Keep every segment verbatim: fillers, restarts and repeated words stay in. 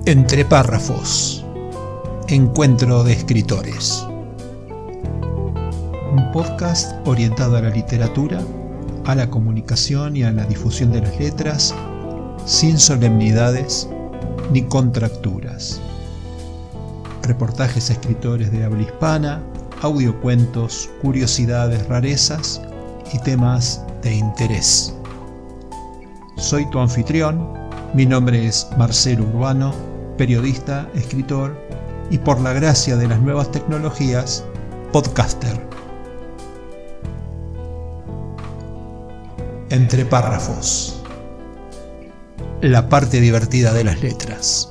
Entre párrafos. Encuentro de escritores. Un podcast orientado a la literatura, a la comunicación y a la difusión de las letras, sin solemnidades ni contracturas. Reportajes a escritores de habla hispana, audiocuentos, curiosidades, rarezas y temas de interés. Soy tu anfitrión, mi nombre es Marcelo Urbano, periodista, escritor y, por la gracia de las nuevas tecnologías, podcaster. Entre párrafos. La parte divertida de las letras.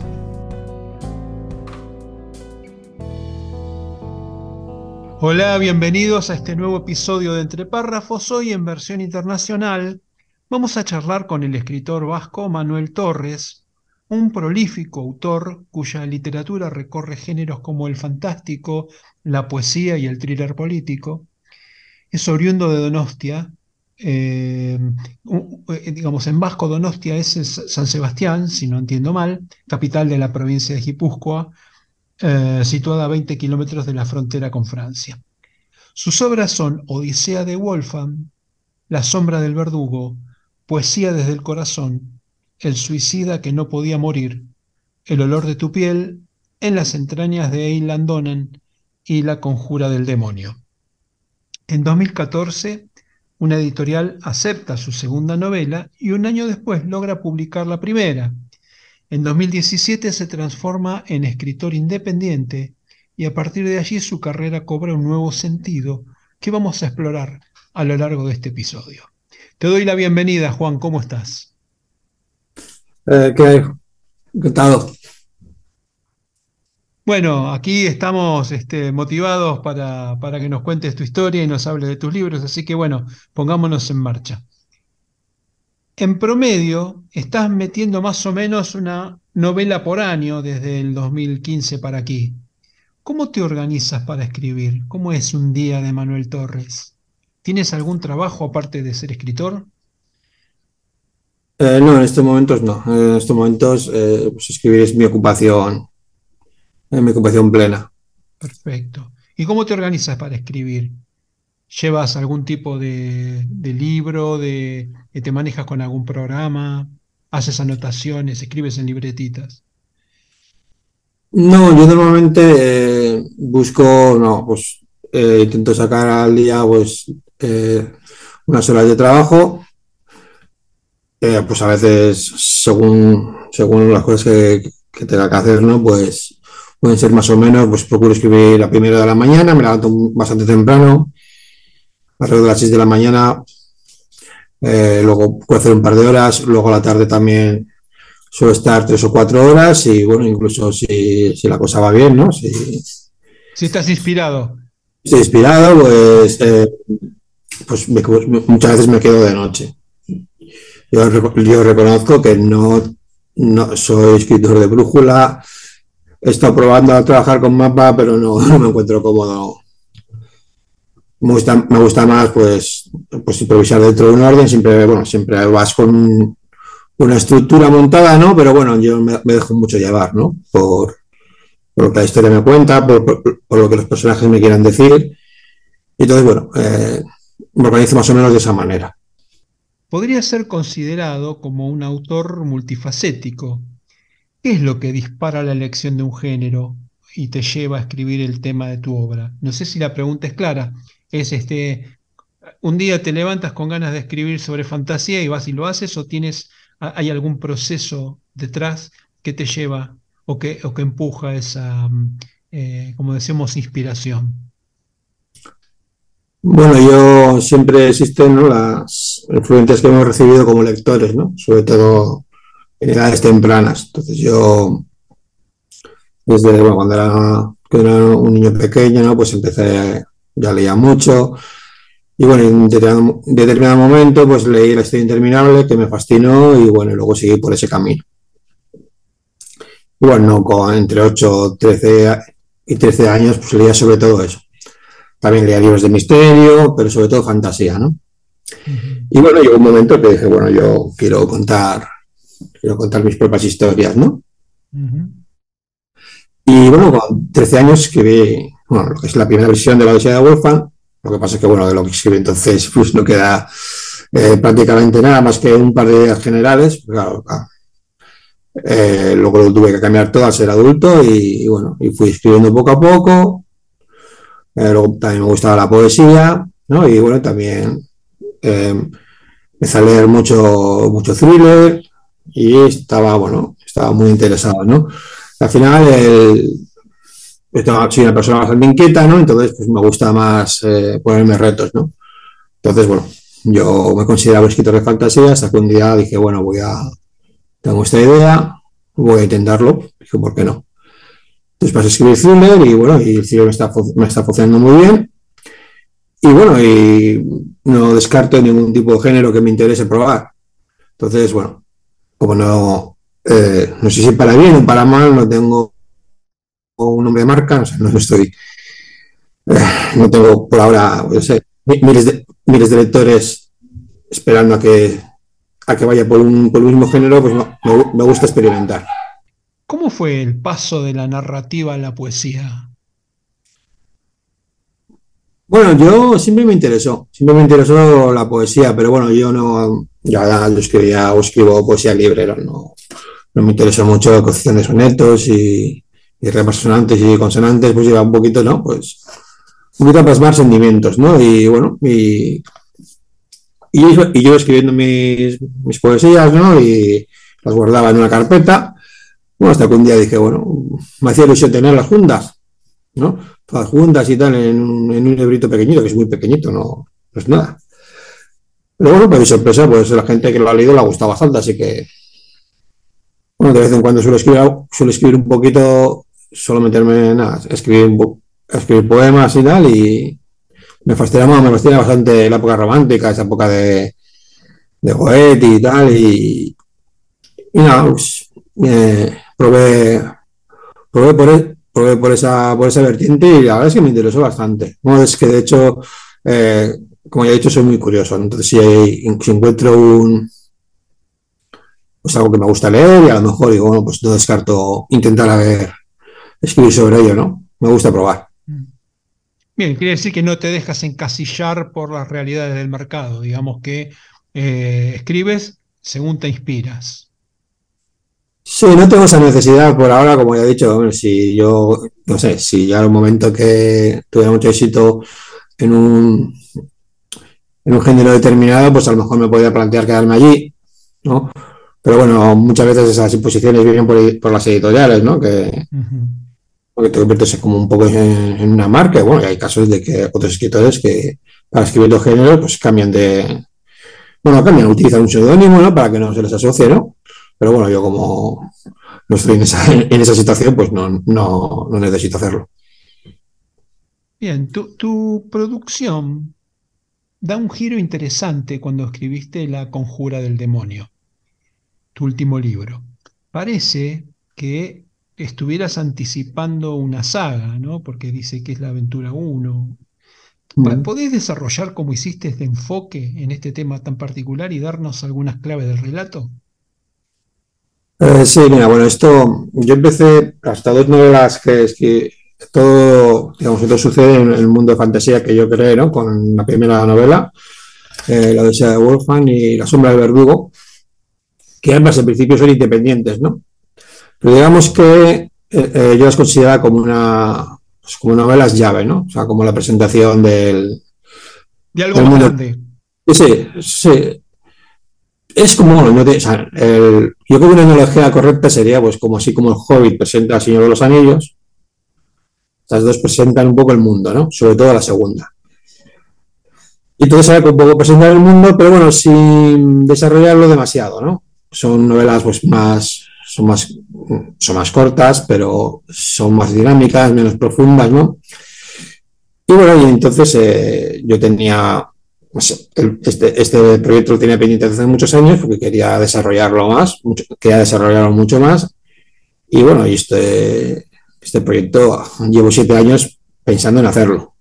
Hola, bienvenidos a este nuevo episodio de Entre párrafos. Hoy, en versión internacional, vamos a charlar con el escritor vasco Manuel Torres, un prolífico autor cuya literatura recorre géneros como el fantástico, la poesía y el thriller político. Es oriundo de Donostia, eh, digamos en vasco Donostia es San Sebastián, si no entiendo mal, capital de la provincia de Guipúzcoa, eh, situada a veinte kilómetros de la frontera con Francia. Sus obras son Odisea de Wolfgang, La sombra del verdugo, Poesía desde el corazón, El suicida que no podía morir, El olor de tu piel, En las entrañas de Eiland Donan y La conjura del demonio. En dos mil catorce, una editorial acepta su segunda novela y un año después logra publicar la primera. En dos mil diecisiete se transforma en escritor independiente y a partir de allí su carrera cobra un nuevo sentido que vamos a explorar a lo largo de este episodio. Te doy la bienvenida, Juan, ¿cómo estás? Eh, ¿qué, qué tal? Bueno, aquí estamos este, motivados para, para que nos cuentes tu historia y nos hables de tus libros, así que bueno, pongámonos en marcha. En promedio, estás metiendo más o menos una novela por año desde el dos mil quince para aquí. ¿Cómo te organizas para escribir? ¿Cómo es un día de Manuel Torres? ¿Tienes algún trabajo aparte de ser escritor? Eh, no, en estos momentos no. En estos momentos eh, pues escribir es mi ocupación, eh, mi ocupación plena. Perfecto. ¿Y cómo te organizas para escribir? ¿Llevas algún tipo de, de libro, de, de- te manejas con algún programa, haces anotaciones, escribes en libretitas? No, yo normalmente eh, busco, no, pues eh, intento sacar al día pues eh, unas horas de trabajo, eh, pues a veces según, según las cosas que, que tenga que hacer, ¿no? Pues pueden ser más o menos, pues procuro escribir a primera de la mañana, me levanto bastante temprano, alrededor de las seis de la mañana. Eh, luego puedo hacer un par de horas, luego a la tarde también suelo estar tres o cuatro horas y bueno, incluso si, si la cosa va bien, ¿no? Si, si Si estás inspirado. estoy inspirado, pues, eh, pues me- muchas veces me quedo de noche. Yo, yo reconozco que no, no soy escritor de brújula, he estado probando a trabajar con mapa, pero no, no me encuentro cómodo. Me gusta, me gusta más pues, pues improvisar dentro de un orden, siempre, bueno, siempre vas con una estructura montada, ¿no? Pero bueno, yo me, me dejo mucho llevar, ¿no? Por, por lo que la historia me cuenta, por, por, por lo que los personajes me quieran decir. Y entonces, bueno, eh, me organizo más o menos de esa manera. Podría ser considerado como un autor multifacético. ¿Qué es lo que dispara la elección de un género y te lleva a escribir el tema de tu obra? No sé si la pregunta es clara. Es este, un día te levantas con ganas de escribir sobre fantasía y vas y lo haces, o tienes, hay algún proceso detrás que te lleva o que, o que empuja esa, mm, eh, como decimos, inspiración. Bueno, yo siempre existen, ¿no? Las influencias que hemos recibido como lectores, ¿no? Sobre todo en edades tempranas. Entonces yo, desde bueno, cuando era, cuando era un niño pequeño, ¿no? Pues empecé, ya leía mucho. Y bueno, en determinado, determinado momento, pues leí La historia interminable, que me fascinó, y bueno, luego seguí por ese camino. Y bueno, con entre ocho trece y trece años, pues leía sobre todo eso. También leía libros de misterio, pero sobre todo fantasía, ¿no? Ujú. Y bueno, llegó un momento que dije, bueno, yo quiero contar, quiero contar mis propias historias, ¿no? Ujú. Y bueno, con trece años escribí, bueno, lo que es la primera versión de la Odisea de Wolfgang. Lo que pasa es que, bueno, de lo que escribí entonces, pues no queda eh, prácticamente nada más que un par de ideas generales. Claro, claro. Eh, luego lo tuve que cambiar todo al ser adulto y, y bueno, y fui escribiendo poco a poco. Eh, luego también me gustaba la poesía, ¿no? Y bueno, también eh, empecé a leer mucho, mucho thriller y estaba, bueno, estaba muy interesado, ¿no? Al final, el, soy una persona bastante inquieta, ¿no? Entonces, pues me gusta más eh, ponerme retos, ¿no? Entonces, bueno, yo me consideraba escritor de fantasía hasta que un día dije, bueno, voy a, tengo esta idea, voy a intentarlo, dije, ¿por qué no? Entonces pasé a escribir thriller y bueno, y el thriller me está, me está funcionando muy bien. Y bueno, y no descarto ningún tipo de género que me interese probar. Entonces, bueno, como no, eh, no sé si para bien o para mal, no tengo un nombre de marca, o sea, no estoy, eh, no tengo por ahora, no sé, miles de, miles de lectores esperando a que, a que vaya por un, por el mismo género, pues no, me, me gusta experimentar. ¿Cómo fue el paso de la narrativa a la poesía? Bueno, yo siempre me interesó, siempre me interesó la poesía, pero bueno, yo no, ya yo escribía o escribo poesía libre, no, no, no me interesó mucho la construcción de sonetos y, y rimas sonantes y consonantes, pues lleva un poquito, ¿no? Pues un poquito a plasmar sentimientos, ¿no? Y bueno, y, y, yo, y yo escribiendo mis, mis poesías, ¿no? Y las guardaba en una carpeta, bueno, hasta que un día dije, bueno, me hacía ilusión tenerlas juntas, ¿no? Todas juntas y tal, en un, en un librito pequeñito, que es muy pequeñito, no, no es nada. Pero bueno, para mi sorpresa, pues la gente que lo ha leído le ha gustado bastante, así que, bueno, de vez en cuando suelo escribir, suelo escribir un poquito, suelo meterme en nada, escribir, escribir poemas y tal, y me fascina, me fascina bastante la época romántica, esa época de, de Goethe y tal, y, y nada, pues, eh, probé, probé por, el, probé por esa, por esa vertiente y la verdad es que me interesó bastante. No, es que de hecho, eh, como ya he dicho, soy muy curioso. Entonces, si, hay, si encuentro un, pues algo que me gusta leer y a lo mejor digo, bueno, pues no descarto intentar a ver, escribir sobre ello, ¿no? Me gusta probar. Bien, quiere decir que no te dejas encasillar por las realidades del mercado, digamos que eh, escribes según te inspiras. Sí, no tengo esa necesidad por ahora, como ya he dicho, bueno, si yo, no sé, si ya en un momento que tuviera mucho éxito en un, en un género determinado, pues a lo mejor me podría plantear quedarme allí, ¿no? Pero bueno, muchas veces esas imposiciones vienen por, por las editoriales, ¿no? Que, Ujú. que te conviertes como un poco en, en, una marca. Y bueno, y hay casos de que otros escritores que para escribir los géneros, pues cambian de, bueno, cambian, utilizan un seudónimo, ¿no? Para que no se les asocie, ¿no? Pero bueno, yo como no estoy en esa, en esa situación, pues no, no, no necesito hacerlo. Bien, tu, tu producción da un giro interesante cuando escribiste La Conjura del Demonio, tu último libro. Parece que estuvieras anticipando una saga, ¿no? Porque dice que es la aventura uno. Pa- Mm. ¿Podés desarrollar cómo hiciste este enfoque en este tema tan particular y darnos algunas claves del relato? Eh, sí, mira, bueno, esto, yo empecé hasta dos novelas que es que todo, digamos, todo sucede en el mundo de fantasía que yo creé, ¿no? Con la primera novela, eh, La Odisea de Wolfgang y La Sombra del Verdugo, que ambas en principio son independientes, ¿no? Pero digamos que eh, eh, yo las consideraba como una, pues como novelas llave, ¿no? O sea, como la presentación del, De algo del más mundo. grande. Sí, sí, es como, no te, o sea, el, yo creo que una analogía correcta sería, pues, como así como el Hobbit presenta al Señor de los Anillos, las dos presentan un poco el mundo, ¿no? Sobre todo la segunda. Y todo se ve un poco presentar el mundo, pero bueno, sin desarrollarlo demasiado, ¿no? Son novelas, pues, más, son más, son más cortas, pero son más dinámicas, menos profundas, ¿no? Y bueno, y entonces eh, yo tenía, pues, el, este, este proyecto lo tenía pendiente hace muchos años porque quería desarrollarlo más, mucho, quería desarrollarlo mucho más. Y bueno, y este, este proyecto llevo siete años pensando en hacerlo.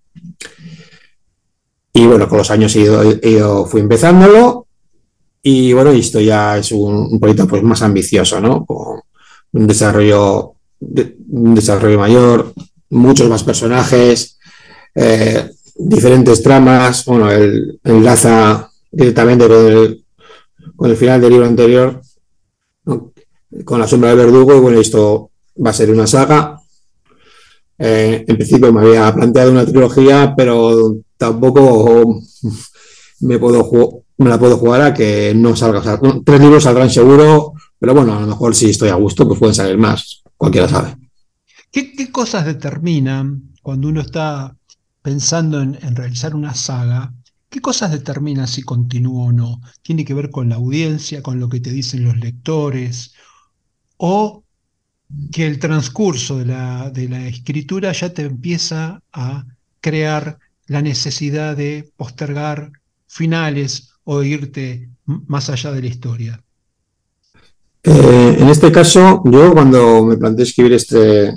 Y bueno, con los años he ido, he ido fui empezándolo y bueno, y esto ya es un, un proyecto pues más ambicioso, ¿no? Con un desarrollo de, un desarrollo mayor, muchos más personajes, eh, diferentes tramas. Bueno, él enlaza directamente con el, con el final del libro anterior, ¿no? Con La sombra del verdugo, y bueno, esto va a ser una saga. Eh, en principio me había planteado una trilogía, pero tampoco me, puedo, me la puedo jugar a que no salga. O sea, tres libros saldrán seguro, pero bueno, a lo mejor si estoy a gusto, pues pueden salir más, cualquiera sabe. ¿Qué, qué cosas determinan cuando uno está pensando en, en realizar una saga? ¿Qué cosas determinan si continúa o no? ¿Tiene que ver con la audiencia, con lo que te dicen los lectores? ¿O que el transcurso de la, de la escritura ya te empieza a crear la necesidad de postergar finales o irte m- más allá de la historia? Eh, en este caso, yo cuando me planteé escribir este,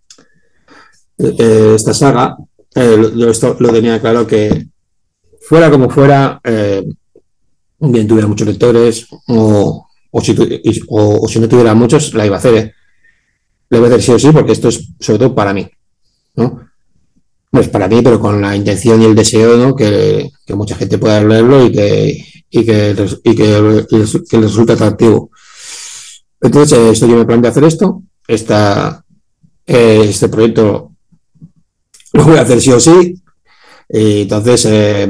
eh, esta saga, eh, yo esto lo tenía claro que fuera como fuera, eh, bien tuviera muchos lectores o, o, si, o, o si no tuviera muchos, la iba a hacer. ¿Eh? La iba a hacer sí o sí, porque esto es sobre todo para mí, ¿no? No es para mí, pero con la intención y el deseo, ¿no? que, que mucha gente pueda leerlo y que, y que, y que, que les resulte atractivo. Entonces, eh, esto yo me planteé hacer esto, esta, eh, este proyecto lo voy a hacer sí o sí, y entonces eh,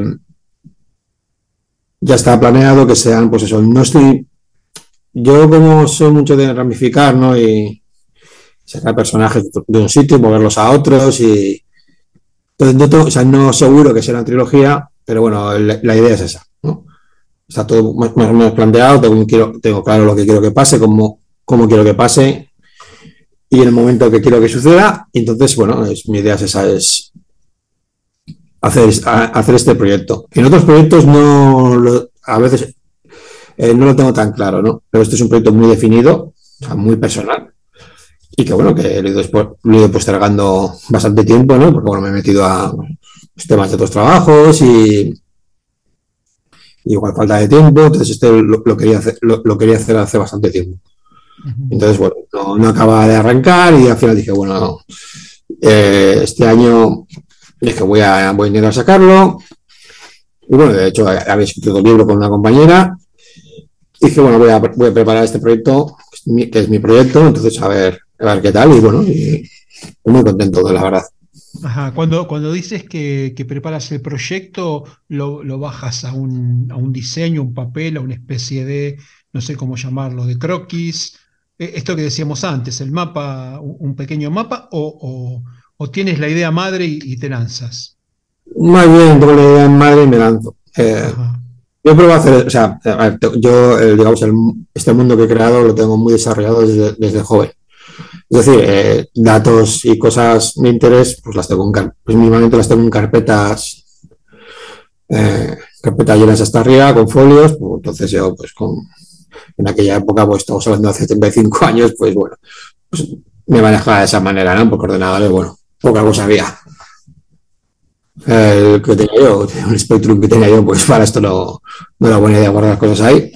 ya está planeado que sean, pues eso, no estoy, yo como soy mucho de ramificar, ¿no? Y sacar personajes de un sitio y moverlos a otros y entonces no, tengo, o sea, no seguro que sea una trilogía, pero bueno, la, la idea es esa, ¿no? Está todo más o menos planteado, tengo, quiero, tengo claro lo que quiero que pase, cómo, cómo quiero que pase y en el momento que quiero que suceda. Y entonces, bueno, es, mi idea es esa, es hacer, a, hacer este proyecto. En otros proyectos no lo, a veces eh, no lo tengo tan claro, ¿no? Pero este es un proyecto muy definido, o sea, muy personal. Y que bueno, que lo he ido, lo he ido postergando bastante tiempo, ¿no? Porque bueno, me he metido a pues, temas de otros trabajos y, y igual falta de tiempo, entonces este lo, lo quería hacer, lo, lo, quería hacer hace bastante tiempo. Ujú. Entonces, bueno, no, no acaba de arrancar y al final dije, bueno, no, eh, este año dije, voy a, voy a intentar sacarlo. Y bueno, de hecho, había escrito un libro con una compañera. Y dije, bueno, voy a, voy a preparar este proyecto, que es, mi, que es mi proyecto, entonces a ver, a ver qué tal. Y bueno, y muy contento, la verdad. Ajá, cuando, cuando dices que, que preparas el proyecto, lo, lo bajas a un, a un diseño, un papel, a una especie de, no sé cómo llamarlo, de croquis. Eh, Esto que decíamos antes, el mapa, un un pequeño mapa, o, o- o tienes la idea madre y, y te lanzas. Más bien, tengo la idea en madre y me lanzo. Eh, Ajá. yo pruebo a hacer, o sea, a ver, yo, eh, digamos, el, este mundo que he creado lo tengo muy desarrollado desde, desde joven. Es decir, eh, datos y cosas de interés, pues las tengo en, pues mínimamente las tengo en carpetas, eh, carpetas llenas hasta arriba con folios. Pues, entonces yo, pues con, en aquella época, pues estamos hablando de hace treinta y cinco años, pues bueno, pues me manejaba de esa manera, ¿no? Porque ordenadores, bueno, poca cosa había. El que tenía yo, un Spectrum que tenía yo, pues para esto no, no era buena idea guardar las cosas ahí.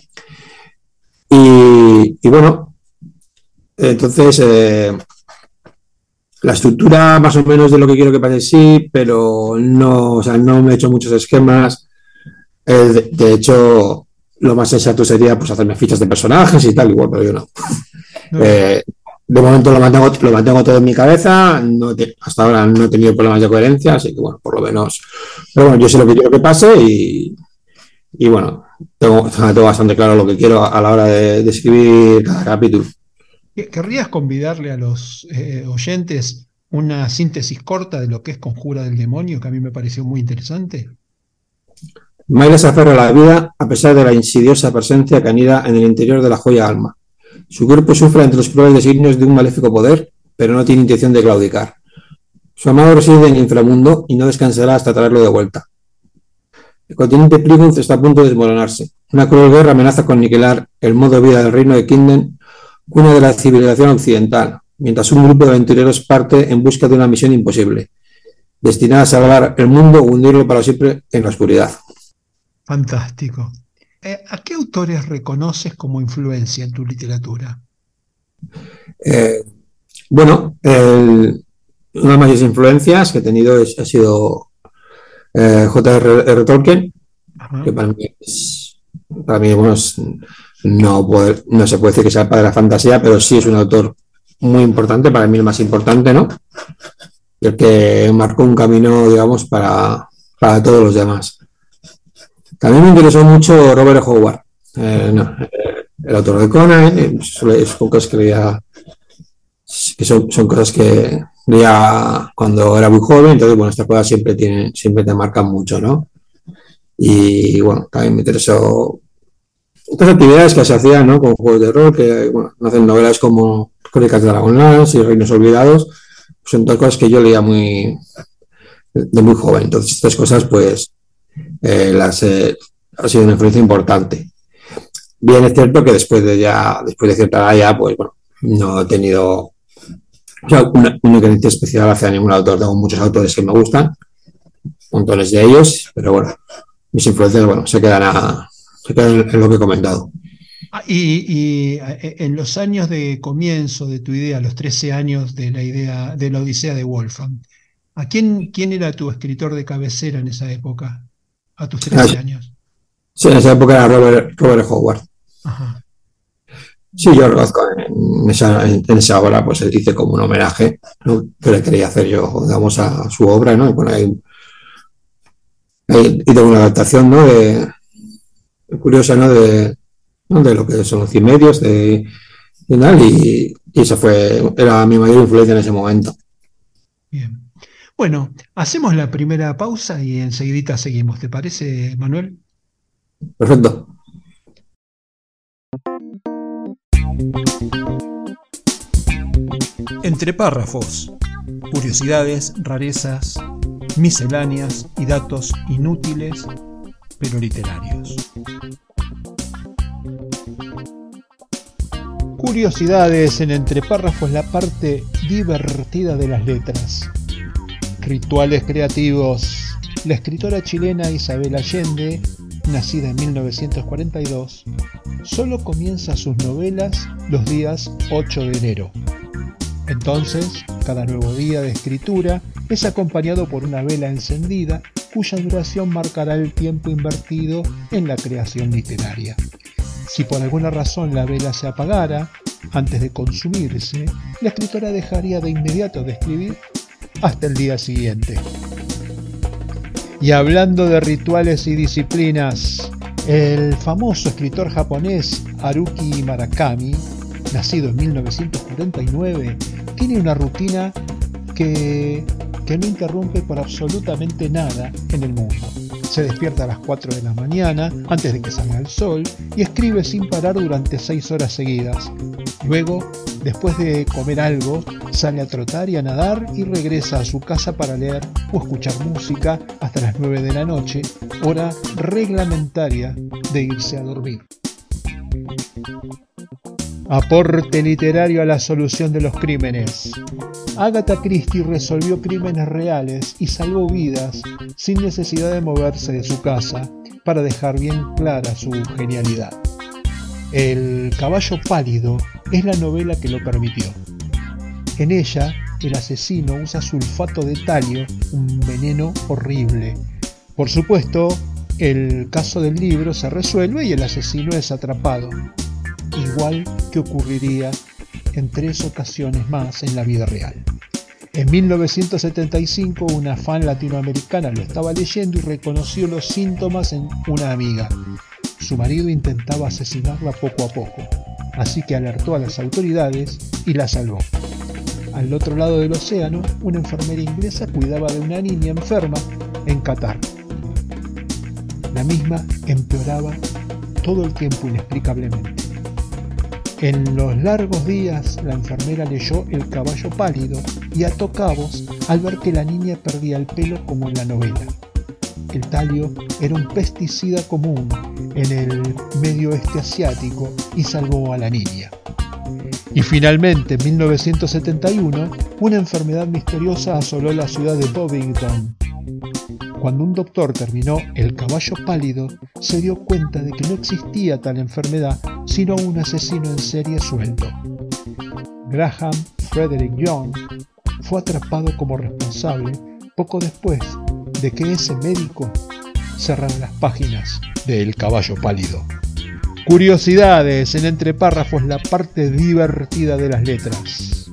Y, y bueno, entonces eh, la estructura más o menos de lo que quiero que pase sí, pero no, o sea, no me he hecho muchos esquemas. Eh, de, de, hecho, lo más sensato sería pues hacerme fichas de personajes y tal, igual, pero yo no. No, Eh, de momento lo mantengo, lo mantengo todo en mi cabeza, no te, hasta ahora no he tenido problemas de coherencia, así que bueno, por lo menos. Pero bueno, yo sé lo que quiero que pase y, y bueno, tengo, tengo, bastante claro lo que quiero a la hora de, de escribir cada capítulo. ¿querrías convidarle a los eh, oyentes una síntesis corta de lo que es Conjura del Demonio, que a mí me pareció muy interesante? Mayra se aferra a la vida a pesar de la insidiosa presencia que anida en el interior de la joya alma. Su cuerpo sufre ante los crueles designios de un maléfico poder, pero no tiene intención de claudicar. Su amado reside en el inframundo y no descansará hasta traerlo de vuelta. El continente Plymouth está a punto de desmoronarse. Una cruel guerra amenaza con aniquilar el modo de vida del reino de Kinden, cuna de la civilización occidental, mientras un grupo de aventureros parte en busca de una misión imposible, destinada a salvar el mundo o hundirlo para siempre en la oscuridad. Fantástico. Eh, ¿a qué autores reconoces como influencia en tu literatura? Eh, Bueno, el, una de las mayores influencias que he tenido es, ha sido eh, J R R. Tolkien, que Ajá. para mí es, para mí, bueno, es- no, puede- no se puede decir que sea el padre de la fantasía, pero sí es un autor muy importante, para mí el más importante, ¿no? Y el que marcó un camino, digamos, para, para todos los demás. También me interesó mucho Robert Howard, eh, Ujú. no, el autor de Conan, eh, es cosas que leía, que son, son cosas que leía cuando era muy joven, entonces, bueno, estas cosas siempre, tienen, siempre te marcan mucho, ¿no? Y bueno, también me interesó otras actividades que se hacían, ¿no? Con juegos de rol, que bueno, hacen novelas como Crónicas de Dragonlance y Reinos Olvidados, son todas cosas que yo leía muy de muy joven. Entonces, estas cosas, pues, eh, las eh, ha sido una influencia importante. Bien, es cierto que después de ya, después de cierta edad ya, pues bueno, no he tenido o sea, una, una creencia especial hacia ningún autor. Tengo muchos autores que me gustan, montones de ellos, pero bueno, mis influencias, bueno, se quedan, a, se quedan en lo que he comentado. Ah, y, y, eh, en los años de comienzo de tu idea, los trece años de la idea de la Odisea de Wolfgang, ¿a quién, quién era tu escritor de cabecera en esa época? A tus trece años. Sí, en esa época era Robert, Robert Howard. Ajá. Sí, yo reconozco en esa, en esa obra, pues hice como un homenaje, ¿no? Que le quería hacer yo, digamos, a su obra, ¿no? Y bueno, ahí, ahí hice una adaptación, ¿no? De, curiosa, ¿no? De, ¿no? De lo que son los cien medios, de, y tal, y, y esa fue, era mi mayor influencia en ese momento. Bien. Bueno, hacemos la primera pausa y enseguidita seguimos. ¿Te parece, Manuel? Perfecto. Entre párrafos, curiosidades, rarezas, misceláneas y datos inútiles pero literarios. Curiosidades en entre párrafos, la parte divertida de las letras. Rituales creativos. La escritora chilena Isabel Allende, nacida en mil novecientos cuarenta y dos, solo comienza sus novelas los días ocho de enero. Entonces, cada nuevo día de escritura es acompañado por una vela encendida cuya duración marcará el tiempo invertido en la creación literaria. Si por alguna razón la vela se apagara antes de consumirse, la escritora dejaría de inmediato de escribir hasta el día siguiente. Y hablando de rituales y disciplinas, el famoso escritor japonés Haruki Murakami, nacido en mil novecientos cuarenta y nueve, tiene una rutina que, que no interrumpe por absolutamente nada en el mundo. Se despierta a las cuatro de la mañana, antes de que salga el sol, y escribe sin parar durante seis horas seguidas. Luego, después de comer algo, sale a trotar y a nadar y regresa a su casa para leer o escuchar música hasta las nueve de la noche, hora reglamentaria de irse a dormir. Aporte literario a la solución de los crímenes. Agatha Christie resolvió crímenes reales y salvó vidas sin necesidad de moverse de su casa para dejar bien clara su genialidad. El caballo pálido es la novela que lo permitió. En ella, el asesino usa sulfato de talio, un veneno horrible. Por supuesto, el caso del libro se resuelve y el asesino es atrapado, igual que ocurriría en tres ocasiones más en la vida real. En mil novecientos setenta y cinco, una fan latinoamericana lo estaba leyendo y reconoció los síntomas en una amiga. Su marido intentaba asesinarla poco a poco, así que alertó a las autoridades y la salvó. Al otro lado del océano, una enfermera inglesa cuidaba de una niña enferma en Qatar. La misma empeoraba todo el tiempo inexplicablemente. En los largos días, la enfermera leyó El caballo pálido y ató cabos al ver que la niña perdía el pelo como en la novela. El talio era un pesticida común en el medio oeste asiático y salvó a la niña. Y finalmente, en mil novecientos setenta y uno, una enfermedad misteriosa asoló la ciudad de Bovington. Cuando un doctor terminó El caballo pálido, se dio cuenta de que no existía tal enfermedad, sino un asesino en serie suelto. Graham Frederick Young, fue atrapado como responsable poco después de que ese médico cerrara las páginas de El caballo pálido. Curiosidades en Entre Párrafos, la parte divertida de las letras.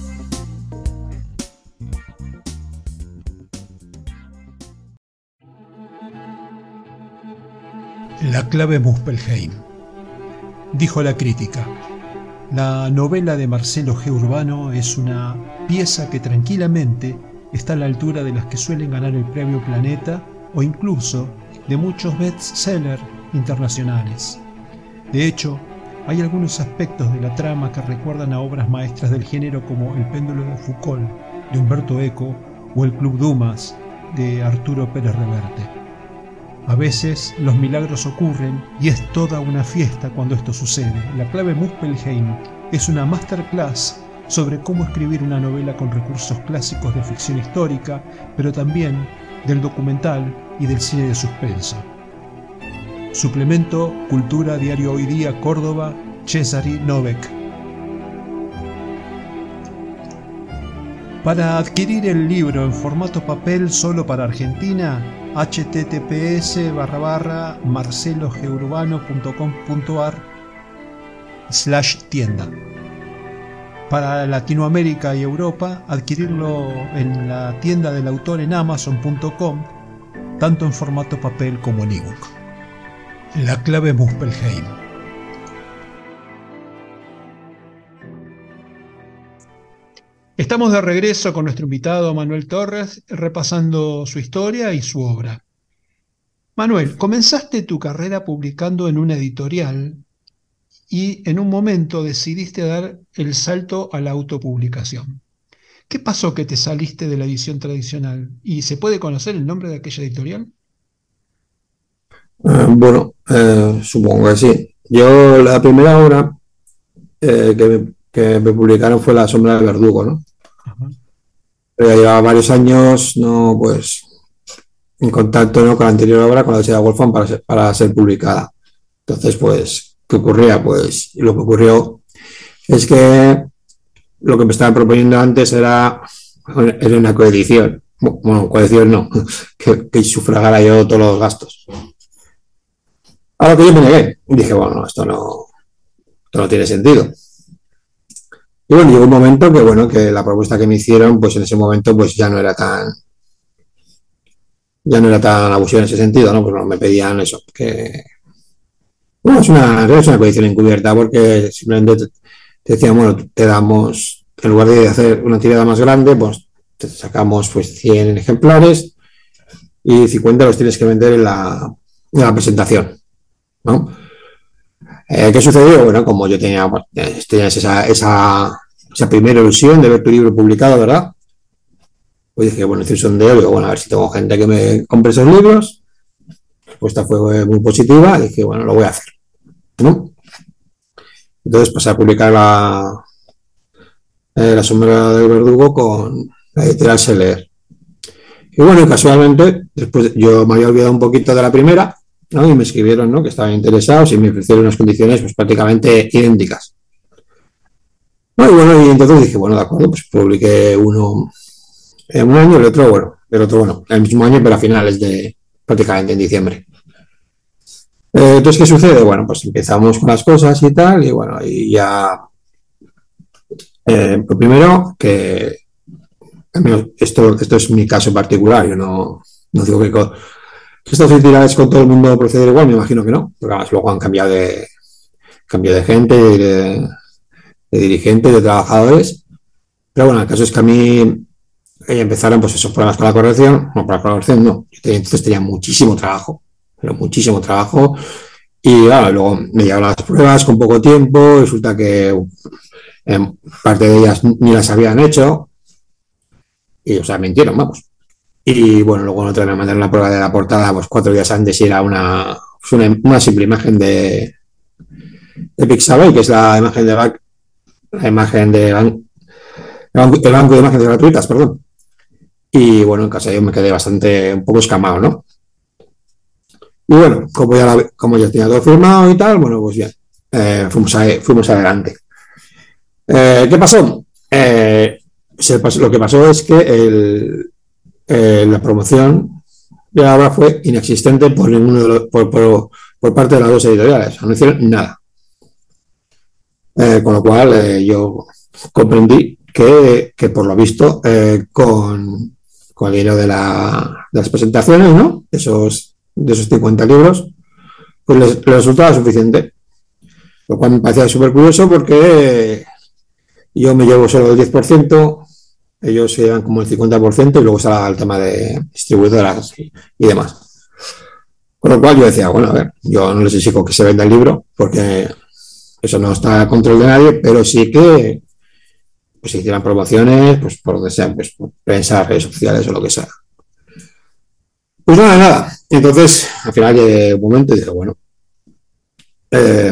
La clave Muspelheim. Dijo la crítica: la novela de Marcelo G. Urbano es una pieza que tranquilamente está a la altura de las que suelen ganar el premio Planeta o incluso de muchos bestsellers internacionales. De hecho, hay algunos aspectos de la trama que recuerdan a obras maestras del género como El péndulo de Foucault, de Humberto Eco, o El Club Dumas, de Arturo Pérez Reverte. A veces los milagros ocurren y es toda una fiesta cuando esto sucede. La clave Muspelheim es una masterclass sobre cómo escribir una novela con recursos clásicos de ficción histórica, pero también del documental y del cine de suspenso. Suplemento Cultura, Diario Hoy Día, Córdoba, Cesari Novek. Para adquirir el libro en formato papel solo para Argentina, https barra barra marcelogeurbano.com.ar slash tienda. Para Latinoamérica y Europa, adquirirlo en la tienda del autor en amazon punto com, tanto en formato papel como en ebook. La clave Muspelheim. Estamos de regreso con nuestro invitado Manuel Torres, repasando su historia y su obra. Manuel, comenzaste tu carrera publicando en una editorial y en un momento decidiste dar el salto a la autopublicación. ¿Qué pasó que te saliste de la edición tradicional? ¿Y se puede conocer el nombre de aquella editorial? Uh, bueno, eh, supongo que sí. Yo la primera obra eh, que, me, que me publicaron fue La sombra del verdugo, ¿no? Ajá. Pero ya llevaba varios años, no, pues, en contacto, ¿no?, con la anterior obra, con la de Wolfgang, para ser, para ser publicada. Entonces, pues, ¿qué ocurría? Pues lo que ocurrió es que lo que me estaban proponiendo antes era, era una coedición. Bueno, coedición no, que, que sufragara yo todos los gastos. A lo que yo me negué. Dije, bueno, esto no, esto no tiene sentido. Y bueno, llegó un momento que, bueno, que la propuesta que me hicieron, pues en ese momento, pues ya no era tan, ya no era tan abusiva en ese sentido, ¿no? Pues no me pedían eso, que, bueno, es una, es una coedición encubierta, porque simplemente te, te decían, bueno, te damos, en lugar de hacer una tirada más grande, pues te sacamos pues cien ejemplares y cincuenta los tienes que vender en la, en la presentación, ¿no? Eh, ¿Qué sucedió? Bueno, como yo tenía, bueno, tenías esa, esa, esa primera ilusión de ver tu libro publicado, ¿verdad? Pues dije, bueno, hice un sondeo, digo, bueno, a ver si tengo gente que me compre esos libros. La respuesta fue muy positiva y dije, bueno, lo voy a hacer, ¿no? Entonces pasé a publicar la, eh, la sombra del verdugo con la editorial Seller. Y bueno, casualmente, después yo me había olvidado un poquito de la primera, ¿no? Y me escribieron, ¿no?, que estaban interesados y me ofrecieron unas condiciones pues prácticamente idénticas. No, y bueno, y entonces dije, bueno, de acuerdo, pues publiqué uno en un año, el otro, bueno, el otro, bueno, el mismo año, pero a finales de, prácticamente en diciembre. Eh, entonces, ¿qué sucede? Bueno, pues empezamos con las cosas y tal, y bueno, y ya, eh, pues primero que, esto, esto es mi caso particular, yo no, no digo que con, estas entidades con todo el mundo proceder igual, me imagino que no, porque además luego han cambiado de, cambiado de gente, de, de dirigentes, de trabajadores, pero bueno, el caso es que a mí eh, empezaron pues esos problemas con la corrección, no, para la corrección no, yo tenía, entonces tenía muchísimo trabajo, pero muchísimo trabajo, y claro, luego me llegaron las pruebas con poco tiempo, resulta que eh, parte de ellas ni las habían hecho, y o sea, mintieron, vamos. Y bueno, luego en otra me mandaron la prueba de la portada pues cuatro días antes y era una, pues una, una simple imagen de, de Pixabay, que es la imagen de back, la imagen de ban, el, banco, el banco de imágenes gratuitas, perdón. Y bueno, en casa yo me quedé bastante, un poco escamado, ¿no? Y bueno, como ya, la, como ya tenía todo firmado y tal, bueno, pues bien, eh, fuimos, a, fuimos adelante. Eh, ¿Qué pasó? Eh, se pasó- lo que pasó es que el, eh, la promoción de la obra fue inexistente por, ninguno de los- por, por- por parte de las dos editoriales. No hicieron nada. Eh, con lo cual eh, yo comprendí que, que por lo visto eh, con, con el dinero de, la, de las presentaciones, ¿no? Esos, de esos cincuenta libros, pues les, les resultaba suficiente. Lo cual me parecía súper curioso porque yo me llevo solo el diez por ciento, ellos se llevan como el cincuenta por ciento y luego está el tema de distribuidoras y, y demás. Con lo cual yo decía, bueno, a ver, yo no les exijo que se venda el libro porque eso no está a control de nadie, pero sí que pues si hicieran promociones, pues por donde sea, pues por prensa, redes sociales o lo que sea. Pues nada, nada. Entonces, al final llegué un momento y dije, bueno, eh,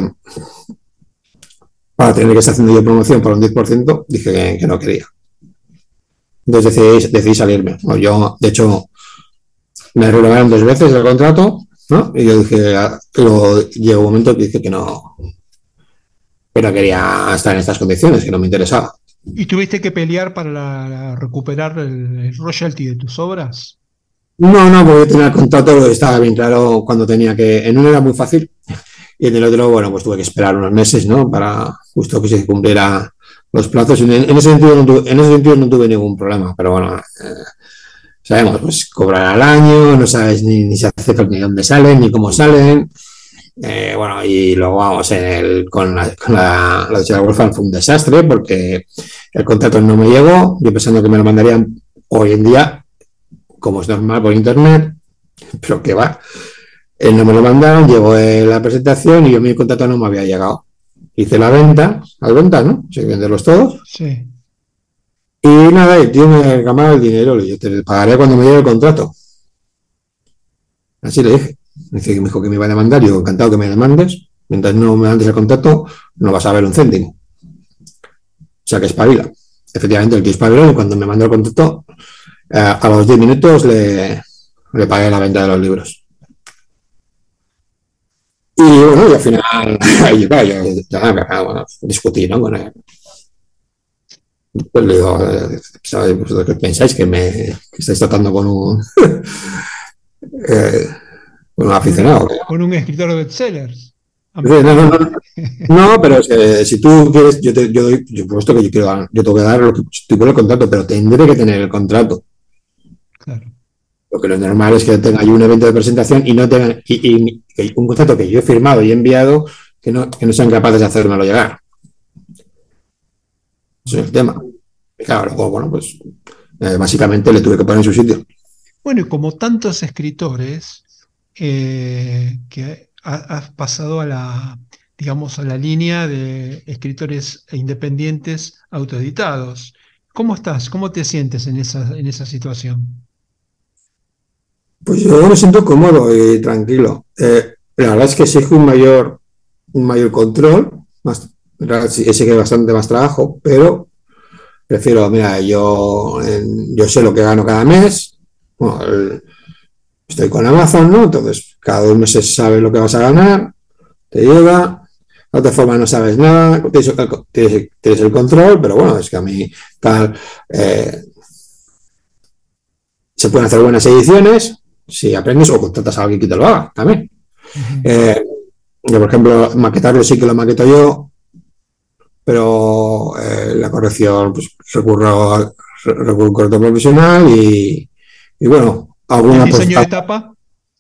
para tener que estar haciendo yo promoción por un diez por ciento, dije que, que no quería. Entonces decidí, decidí salirme. O yo, de hecho, me renovaron dos veces el contrato, ¿no? Y yo dije, luego llegó un momento que dije que no, que no quería estar en estas condiciones, que no me interesaba. ¿Y tuviste que pelear para la- la- recuperar el, el royalty de tus obras? No, no, porque yo tenía el contrato, estaba bien claro cuando tenía que. En uno era muy fácil y en el otro, bueno, pues tuve que esperar unos meses, ¿no? Para justo que se cumpliera los plazos. En, en ese sentido no tuve, en ese sentido no tuve ningún problema, pero bueno, eh, sabemos, pues cobrar al año, no sabes ni, ni se hace ni dónde salen, ni cómo salen. Eh, bueno, y luego vamos, en el, con la, con la, la de Wolfgang fue un desastre porque el contrato no me llegó, yo pensando que me lo mandarían hoy en día, como es normal, por internet, pero que va. Él no me lo mandaron, llegó la presentación y yo mi contrato no me había llegado. Hice la venta, las ventas, ¿no? Sí, venderlos todos. Sí. Y nada, el tío me reclamaba el dinero. Le dije, te pagaré cuando me llegue el contrato. Así le dije. Dice que me dijo que me iba a demandar. Yo, encantado que me demandes. Mientras no me mandes el contrato, no vas a ver un céntimo. O sea que espabila. Efectivamente, el tío espabiló y cuando me mandó el contrato, eh, a los diez minutos le, le pagué la venta de los libros. Y bueno, y al final, yo, claro, yo, ya, bueno, discutí, ¿no? Con él. Pues le digo, eh, ¿sabes? ¿Vosotros qué pensáis? ¿Que me que estáis tratando con un, eh, con un Con un, aficionado? con un escritor de bestsellers No, no, americano. no, no, pero es que si tú quieres, yo te yo doy, yo, por supuesto que yo quiero, yo tengo que dar lo que estoy con el contrato, pero tendré que tener el contrato. Claro. Lo que lo normal es que tenga yo un evento de presentación y no tengan y, y, y un contrato que yo he firmado y he enviado que no, que no sean capaces de hacérmelo llegar. Ese es el tema. Y claro, luego, bueno, pues eh, básicamente le tuve que poner en su sitio. Bueno, y como tantos escritores eh, que ha- has pasado a la, digamos, a la línea de escritores independientes autoeditados. ¿Cómo estás? ¿Cómo te sientes en esa, en esa situación? Pues yo me siento cómodo y tranquilo. Eh, la verdad es que exijo un mayor, un mayor control, más, sí que hay bastante más trabajo, pero prefiero, mira, yo, en- yo sé lo que gano cada mes, bueno, el- estoy con Amazon, ¿no? Entonces, cada dos meses sabes lo que vas a ganar, te llega, de otra forma no sabes nada, tienes, el- tienes- tienes el control, pero bueno, es que a mí cada, eh, se pueden hacer buenas ediciones si aprendes o contratas a alguien que te lo haga también. Ujú. Eh, yo, por ejemplo, maquetarlo sí que lo maqueto yo, pero eh, la corrección, pues recurro a, recurro a un corrector profesional y, y bueno, ¿Y el alguna diseño de portada. tapa?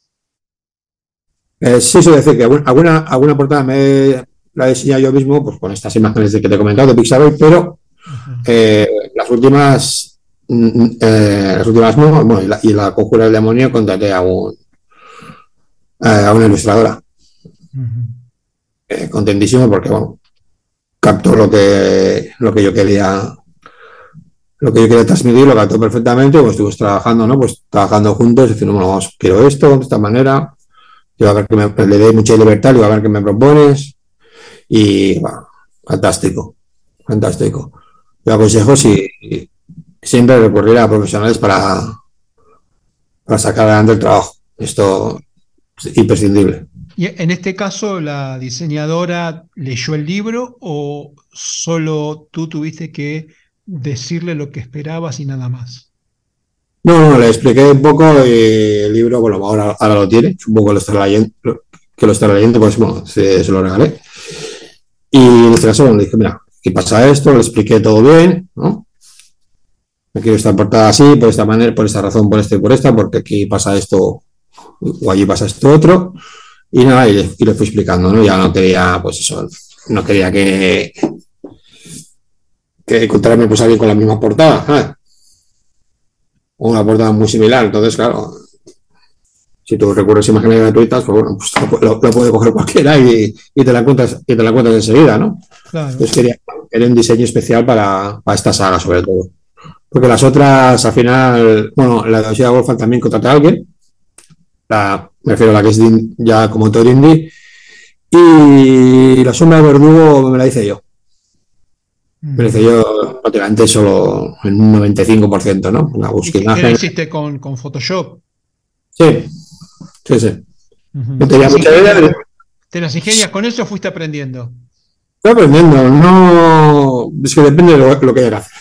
Eh, sí, eso decir que alguna, alguna portada me la he diseñado yo mismo, pues con estas imágenes de que te he comentado de Pixabay, pero Ajá. eh, las últimas, mm, eh, las últimas no, bueno, y la, y la conjura del demonio contraté a, un, eh, a una ilustradora. Ujú. Eh, contentísimo porque, bueno, captó lo que, lo que yo quería lo que yo quería transmitir, lo captó perfectamente, pues estuvimos trabajando, ¿no? Pues trabajando juntos, diciendo, bueno, vamos, quiero esto, de esta manera, yo a ver que me, le doy mucha libertad, yo a ver qué me propones, y bueno, fantástico, fantástico. Yo aconsejo si siempre recurrir a profesionales para, para sacar adelante el trabajo. Esto es imprescindible. Y en este caso, ¿la diseñadora leyó el libro o solo tú tuviste que decirle lo que esperabas y nada más. No, no, le expliqué un poco y el libro, bueno, ahora, ahora lo tiene, supongo que lo estará leyendo, que lo estará leyendo, pues bueno, se, se lo regalé. Y en este caso, bueno, le dije, mira, aquí pasa esto, le expliqué todo bien, ¿no? Aquí está portada así, por esta manera, por esta razón, por esta y por esta, porque aquí pasa esto o allí pasa esto otro. Y nada, y le, y le fui explicando, ¿no? Ya no quería, pues eso, no quería que, que encontrarme pues alguien con la misma portada, ¿sabes? O una portada muy similar. Entonces, claro, si tú recurres a imágenes gratuitas, pues bueno, pues lo, lo puede coger cualquiera y, y, te la encuentras, y te la encuentras enseguida, ¿no? Claro. Entonces quería, quería un diseño especial para, para esta saga, sobre todo. Porque las otras, al final, bueno, la de Ocean Wolfman también contraté a alguien, la, me refiero a la que es ya como autor indie, y la sombra de verdugo me la hice yo. Me la hice Ujú. yo prácticamente solo en un noventa y cinco por ciento, ¿no? La ¿Y busqué qué, qué la imagen. hiciste con, con Photoshop? Sí, sí, sí. Ujú. No ¿Te tenía las mucha idea. ingenias, te las ingenias con eso o fuiste aprendiendo? Estoy aprendiendo, no. Es que depende de lo, lo que haya que hacer.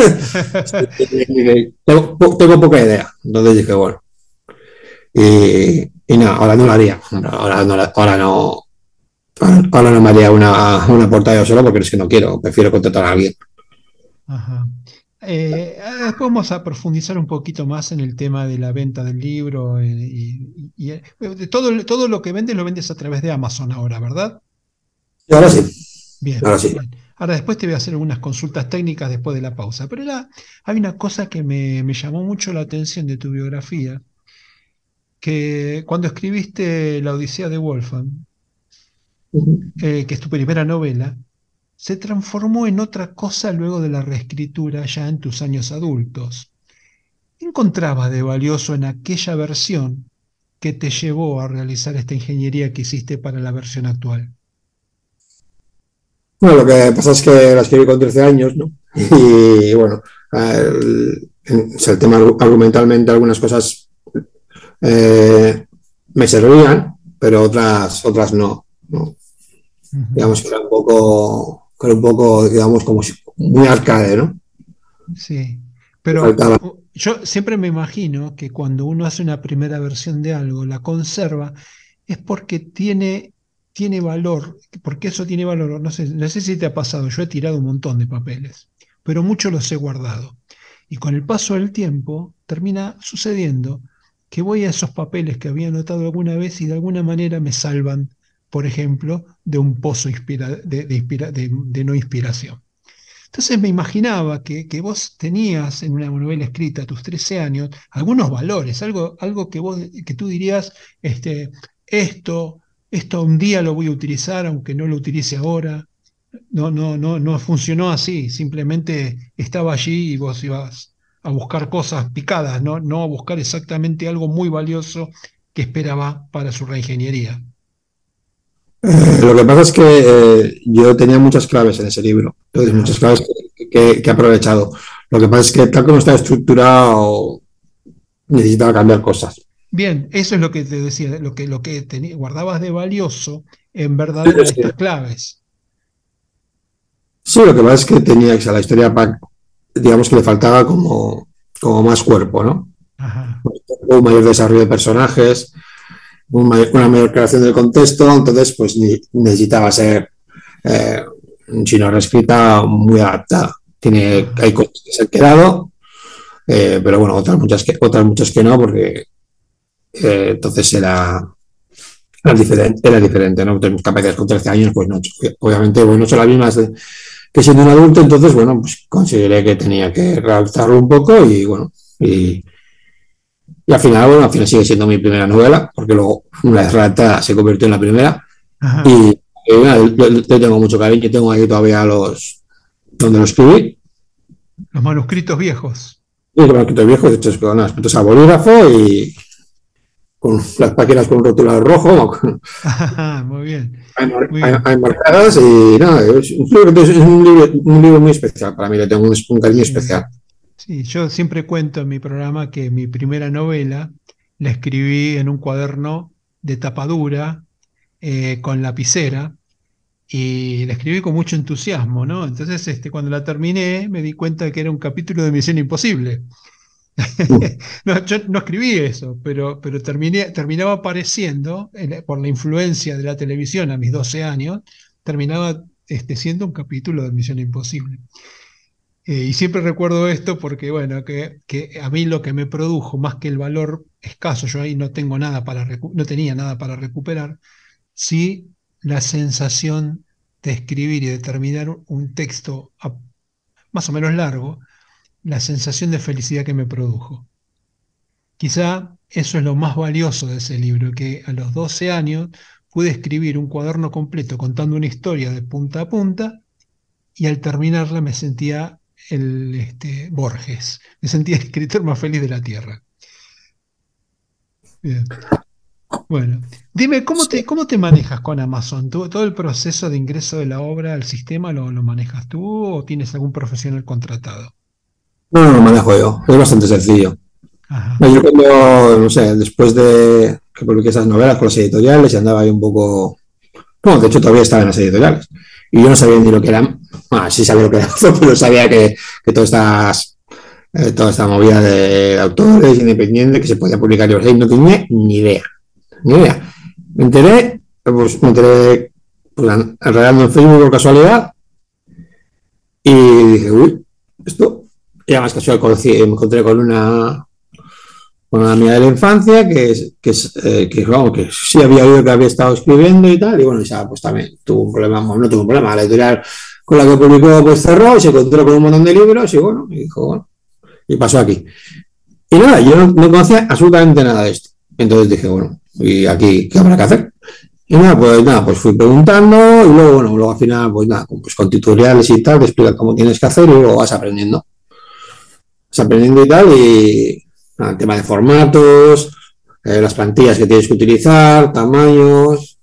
tengo, tengo, poca idea. Entonces dije, bueno. Y, y no, ahora no lo haría. Ahora no, ahora no, ahora no me haría una, una portada yo solo porque es que no quiero. Prefiero contratar a alguien. Ajá. Eh, ah, después vamos a profundizar un poquito más en el tema de la venta del libro eh, y, y- y, eh, de todo, todo lo que vendes lo vendes a través de Amazon ahora, ¿verdad? Y ahora sí, Bien, ahora sí. bien. Ahora después te voy a hacer algunas consultas técnicas después de la pausa, pero era- hay una cosa que me, me llamó mucho la atención de tu biografía, que cuando escribiste La Odisea de Wolfgang, eh, que es tu primera novela, se transformó en otra cosa luego de la reescritura ya en tus años adultos. ¿Qué encontrabas de valioso en aquella versión que te llevó a realizar esta ingeniería que hiciste para la versión actual? Bueno, lo que pasa es que la escribí con trece años, ¿no? Y bueno, el, el tema argumentalmente, algunas cosas eh, me servían, pero otras, otras no, no. Ujú. Digamos que era un poco, que era un poco, digamos, como si- muy arcade, ¿no? Sí, Me pero faltaba. uh, uh, yo siempre me imagino que cuando uno hace una primera versión de algo, la conserva, es porque tiene, tiene valor, porque eso tiene valor. No sé, no sé si te ha pasado, yo he tirado un montón de papeles, pero muchos los he guardado. Y con el paso del tiempo termina sucediendo que voy a esos papeles que había anotado alguna vez y de alguna manera me salvan, por ejemplo, de un pozo inspira- de, de inspira- de de no inspiración. Entonces me imaginaba que, que vos tenías en una novela escrita a tus trece años algunos valores, algo, algo que vos, que tú dirías, este, esto, esto un día lo voy a utilizar, aunque no lo utilice ahora. No, no, no, no funcionó así, simplemente estaba allí y vos ibas a buscar cosas picadas, no, no a buscar exactamente algo muy valioso que esperaba para su reingeniería. Eh, lo que pasa es que eh, yo tenía muchas claves en ese libro, entonces muchas Ajá. claves que, que- que he aprovechado. Lo que pasa es que tal como está estructurado, necesitaba cambiar cosas. Bien, eso es lo que te decía, lo que, lo que teni- guardabas de valioso en verdad Sí, eran sí. estas claves. Sí, lo que pasa es que tenía que la historia, pa- digamos que le faltaba como, como más cuerpo, ¿no? Ajá, Un mayor desarrollo de personajes, un mayor- una mayor creación del contexto, entonces pues ni- necesitaba ser eh, si no reescrita, muy adaptada. Tiene, hay ajá. cosas que se han quedado, eh, pero bueno, otras muchas que, otras muchas que no, porque eh, entonces era, era diferente, era diferente, ¿no? Entonces, capacidades con trece años, pues no, obviamente, bueno, no son las mismas de, que siendo un adulto, entonces, bueno, pues consideré que tenía que readaptarlo un poco y bueno, y, y al final, bueno, al final sigue siendo mi primera novela, porque luego una vez redactada se convirtió en la primera Ajá. y, y bueno, yo, yo tengo mucho cariño, tengo ahí todavía los donde lo escribí. Los manuscritos viejos. Y con arquitectos viejos hechos con aspectos a bolígrafo y con las páginas con un rotulador rojo, con, Ajá, muy bien, hay, muy hay, bien. hay marcadas y nada, es, es un, libro, un libro muy especial para mí, le tengo un, un cariño Sí, especial. sí, yo siempre cuento en mi programa que mi primera novela la escribí en un cuaderno de tapadura eh, con lapicera y la escribí con mucho entusiasmo, ¿no? Entonces, este, cuando la terminé, me di cuenta que era un capítulo de Misión Imposible. No, yo no escribí eso, pero, pero terminé, terminaba apareciendo, en- por la influencia de la televisión a mis doce años, terminaba este, siendo un capítulo de Misión Imposible. Eh, y siempre recuerdo esto porque, bueno, que, que a mí lo que me produjo, más que el valor escaso, yo ahí no tengo nada para recu- no tenía nada para recuperar, sí la sensación de escribir y de terminar un texto a- más o menos largo, la sensación de felicidad que me produjo. Quizá eso es lo más valioso de ese libro, que a los doce años pude escribir un cuaderno completo contando una historia de punta a punta y al terminarla me sentía el este, Borges, me sentía el escritor más feliz de la Tierra. Bien. Bueno, dime, ¿cómo Sí. te, cómo te manejas con Amazon? ¿Tú- todo el proceso de ingreso de la obra al sistema lo, lo manejas tú o tienes algún profesional contratado? No, no lo manejo yo, es bastante sencillo. Ajá. No, yo cuando, no sé, después de que publiqué esas novelas con las editoriales y andaba ahí un poco. Bueno, de hecho todavía estaba en las editoriales. Y yo no sabía ni lo que eran. Bueno, sí sabía lo que era, pero sabía que, que todas estas, eh, toda esta movida de autores independientes que se podía publicar libros ahí, no tenía ni idea. Ni idea. Me enteré, pues me enteré pues, enredando en Facebook por casualidad y dije, uy, esto. Y además casual conocí, me encontré con una, con una amiga de la infancia que, es, que, es, eh, que, vamos, que sí había oído que había estado escribiendo y tal, y bueno, y ya, pues también tuvo un problema, bueno, no tuvo un problema, la editorial con la que publicó pues cerró y se encontró con un montón de libros y bueno, y dijo, bueno, y pasó aquí. Y nada, yo no, no conocía absolutamente nada de esto. Entonces dije, bueno, ¿y aquí qué habrá que hacer? Y nada, pues nada, pues fui preguntando y luego, bueno, luego al final, pues nada, pues con tutoriales y tal, te explican cómo tienes que hacer y luego vas aprendiendo. Vas aprendiendo y tal, y nada, el tema de formatos, eh, las plantillas que tienes que utilizar, tamaños,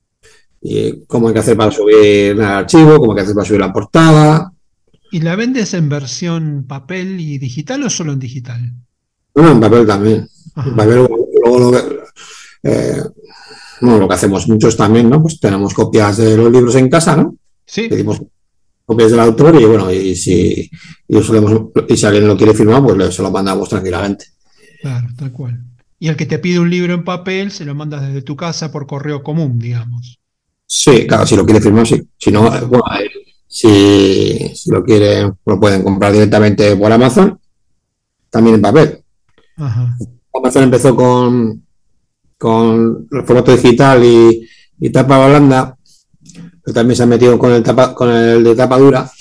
y cómo hay que hacer para subir el archivo, cómo hay que hacer para subir la portada. ¿Y la vendes en versión papel y digital o solo en digital? Bueno, en papel también. En Ajá. papel, luego lo que, eh, bueno, lo que hacemos muchos también, ¿no? Pues tenemos copias de los libros en casa, ¿no? Sí, Pedimos copias del autor y bueno, y si, y solemos, y si alguien lo quiere firmar, pues le, se lo mandamos tranquilamente. claro, tal cual. Y el que te pide un libro en papel, se lo mandas desde tu casa por correo común, digamos. Sí, claro, si lo quiere firmar, sí. Si no, eh, Ajá, bueno, eh, si, si lo quieren, lo pueden comprar directamente por Amazon, también en papel. ajá. Amazon empezó con, con el formato digital y, y tapa blanda, pero también se han metido con el, tapa, con el de tapa dura.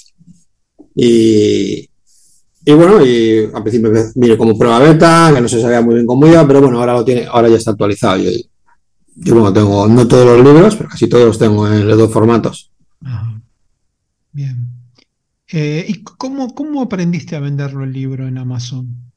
Y, y bueno, y al principio vine como prueba beta, que no se sabía muy bien cómo iba, pero bueno, ahora lo tiene, ahora ya está actualizado. Yo, yo bueno, tengo no todos los libros, pero casi todos los tengo en los dos formatos. Ajá, bien. Eh, ¿y cómo, cómo aprendiste a venderlo el libro en Amazon?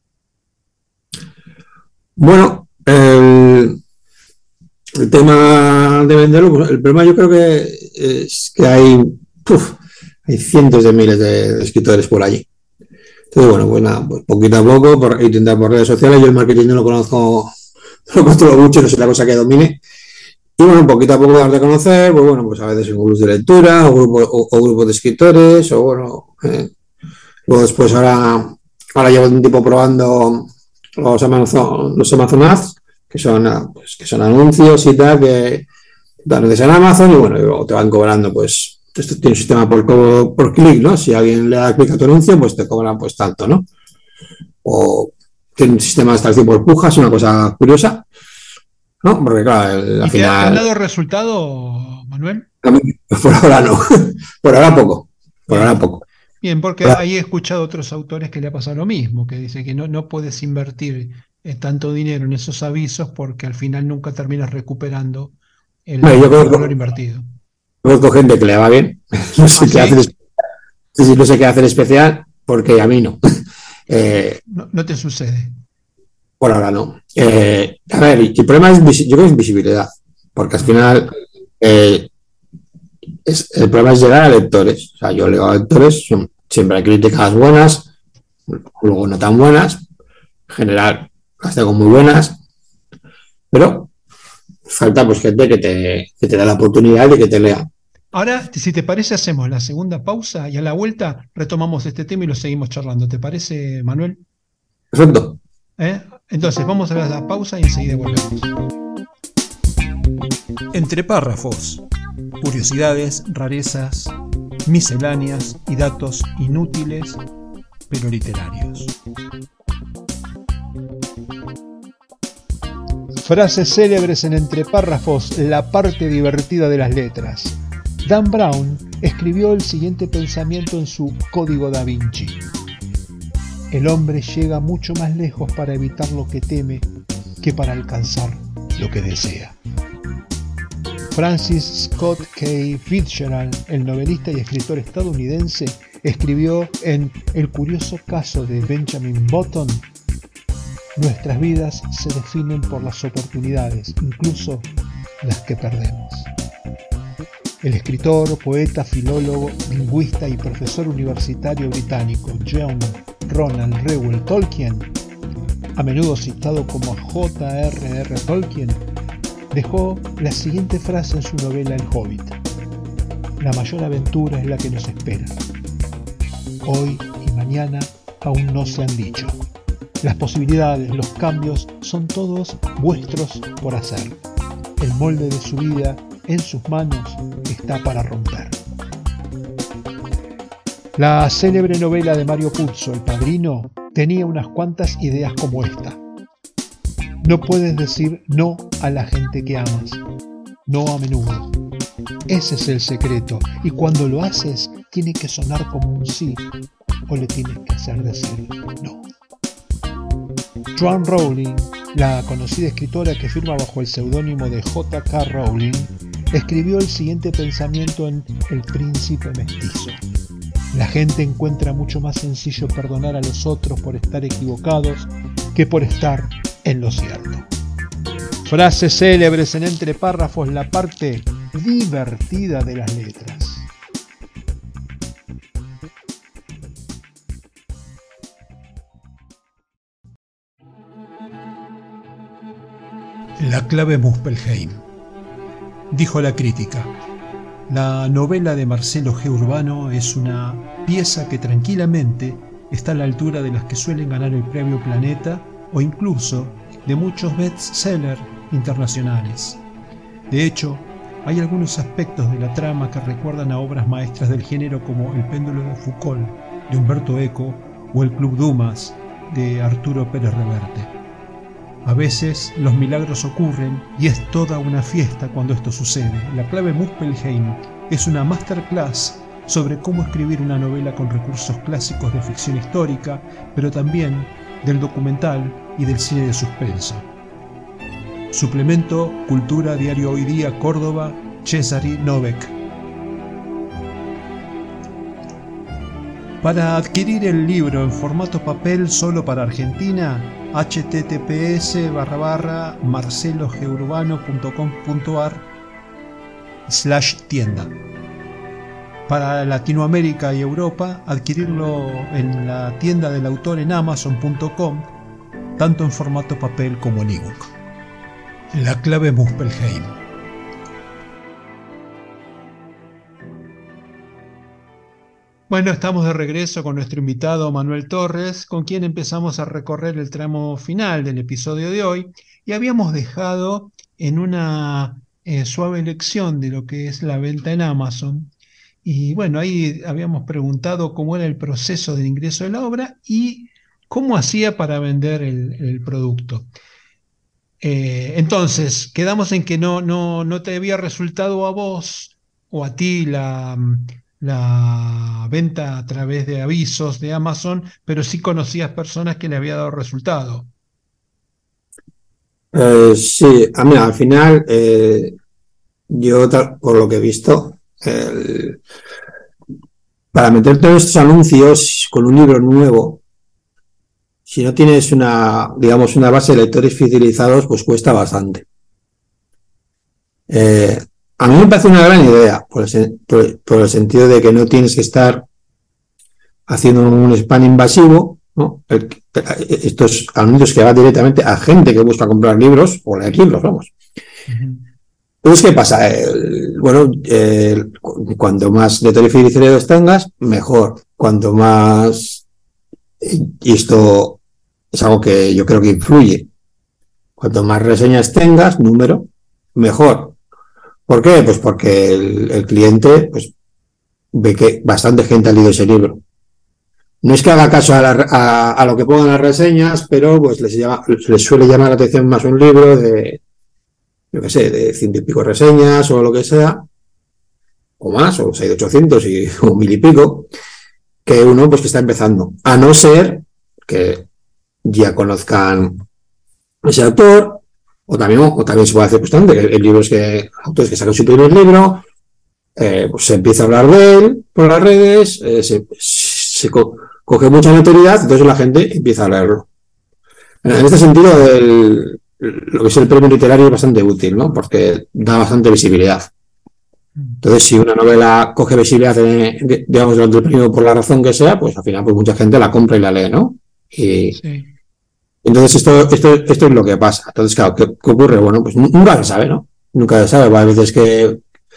Bueno, el, el tema de venderlo, pues, el problema yo creo que es que hay, uf, hay cientos de miles de, de escritores por allí. Entonces, bueno, pues nada, pues poquito a poco, por, intentar por redes sociales. Yo el marketing no lo conozco, no lo controlo mucho, no es la cosa que domine. Y bueno, poquito a poco darte a conocer, pues bueno, pues a veces en grupos de lectura o, grupo, o, o grupos de escritores, o bueno, eh, luego después ahora, ahora llevo un tiempo probando los Amazon, los Amazon Ads, que son, ah, pues, que son anuncios y tal, que dan en Amazon y bueno, y luego te van cobrando, pues, esto tiene un sistema por, por clic, ¿no? Si alguien le da clic a tu anuncio, pues te cobran pues tanto, ¿no? O tiene un sistema de extracción por pujas, una cosa curiosa, ¿no? Porque claro, el, al ¿Y te, ha- te han final, dado resultado, Manuel? por ahora no, por ahora poco, por ahora Bien, poco. bien, porque Por ahora, ahí he escuchado a otros autores que le ha pasado lo mismo, que dice que no, no puedes invertir eh, tanto dinero en esos avisos porque al final nunca terminas recuperando bueno, yo el, el valor conozco, invertido. conozco gente que le va bien, no ¿Ah, sé qué hacer, sí? no sé qué hacer especial, porque a mí no. Eh, No, no te sucede. por ahora no. Eh, a ver, el problema es, yo creo que es visibilidad, porque al Ajá, final eh, es, el problema es llegar a lectores. O sea, yo leo a lectores, son, siempre hay críticas buenas, luego no tan buenas, en general las tengo muy buenas, pero falta pues gente que te, que te da la oportunidad de que te lea. Ahora, si te parece, hacemos la segunda pausa y a la vuelta retomamos este tema y lo seguimos charlando. ¿Te parece, Manuel? Perfecto. ¿Eh? Entonces, vamos a la pausa y enseguida volvemos. Entre párrafos, curiosidades, rarezas, misceláneas y datos inútiles, pero literarios. Frases célebres en entre párrafos, la parte divertida de las letras. Dan Brown escribió el siguiente pensamiento en su Código Da Vinci. El hombre llega mucho más lejos para evitar lo que teme que para alcanzar lo que desea. Francis Scott K. Fitzgerald, el novelista y escritor estadounidense, escribió en El curioso caso de Benjamin Button: nuestras vidas se definen por las oportunidades, incluso las que perdemos. El escritor, poeta, filólogo, lingüista y profesor universitario británico John Ronald Reuel Tolkien, a menudo citado como J R R Tolkien, dejó la siguiente frase en su novela El Hobbit: la mayor aventura es la que nos espera. Hoy y mañana aún no se han dicho. Las posibilidades, los cambios son todos vuestros por hacer. El molde de su vida en sus manos está para romper. La célebre novela de Mario Puzo, El Padrino, tenía unas cuantas ideas como esta. No puedes decir no a la gente que amas, no a menudo. Ese es el secreto, y cuando lo haces, tiene que sonar como un sí, o le tienes que hacer decir no. Joanne Rowling, la conocida escritora que firma bajo el seudónimo de J K Rowling, escribió el siguiente pensamiento en El Príncipe Mestizo. La gente encuentra mucho más sencillo perdonar a los otros por estar equivocados que por estar en lo cierto. Frases célebres en entre párrafos, la parte divertida de las letras. La clave Muspelheim. Dijo la crítica: la novela de Marcelo G. Urbano es una pieza que tranquilamente está a la altura de las que suelen ganar el premio Planeta o incluso de muchos bestsellers internacionales. De hecho, hay algunos aspectos de la trama que recuerdan a obras maestras del género como El péndulo de Foucault, de Humberto Eco, o El Club Dumas, de Arturo Pérez Reverte. A veces los milagros ocurren y es toda una fiesta cuando esto sucede. La clave Muspelheim es una masterclass sobre cómo escribir una novela con recursos clásicos de ficción histórica, pero también del documental y del cine de suspenso. Suplemento Cultura, Diario Hoy Día, Córdoba, Cesari Novek. Para adquirir el libro en formato papel solo para Argentina, https barra barra marcelogeurbano.com.ar slash tienda. Para Latinoamérica y Europa, adquirirlo en la tienda del autor en amazon punto com, tanto en formato papel como en ebook. La clave Muspelheim. Bueno, estamos de regreso con nuestro invitado Manuel Torres, con quien empezamos a recorrer el tramo final del episodio de hoy y habíamos dejado en una eh, suave lección de lo que es la venta en Amazon. Y bueno, ahí habíamos preguntado cómo era el proceso del ingreso de la obra y cómo hacía para vender el, el producto. Eh, entonces, quedamos en que no, no, no te había resultado a vos o a ti la, la venta a través de avisos de Amazon, pero sí conocías personas que le había dado resultado. Eh, sí, a mí al final, eh, yo por lo que he visto, el, para meter todos estos anuncios con un libro nuevo, si no tienes una, digamos, una base de lectores fidelizados, pues cuesta bastante. Eh, a mí me parece una gran idea, por el, por, por el sentido de que no tienes que estar haciendo un spam invasivo, ¿no? El, estos anuncios que van directamente a gente que busca comprar libros o leer libros, vamos. Uh-huh. Entonces, ¿qué pasa? Eh, bueno, eh, cuanto más de triglicéridos tengas, mejor. Cuanto más, y esto es algo que yo creo que influye, cuanto más reseñas tengas, número, mejor. ¿Por qué? Pues porque el, el cliente pues, ve que bastante gente ha leído ese libro. No es que haga caso a, la, a, a lo que pongan las reseñas, pero pues les, llama, les suele llamar la atención más un libro de, yo qué sé, de ciento y pico reseñas o lo que sea, o más, o seis de ochocientos y, o mil y pico, que uno pues que está empezando. A no ser que ya conozcan ese autor, o también, o también se puede hacer constante, que el libro es que autores que sacan su primer libro, eh, pues se empieza a hablar de él por las redes, eh, se, se co coge mucha notoriedad, entonces la gente empieza a leerlo. En este sentido, el, lo que es el premio literario es bastante útil, ¿no? Porque da bastante visibilidad. Entonces, si una novela coge visibilidad, de, digamos, durante el premio por la razón que sea, pues al final pues mucha gente la compra y la lee, ¿no? Y sí. Entonces esto, esto, esto es lo que pasa. Entonces, claro, ¿qué, qué ocurre? Bueno, pues nunca se sabe, ¿no? Nunca se sabe. Hay veces que...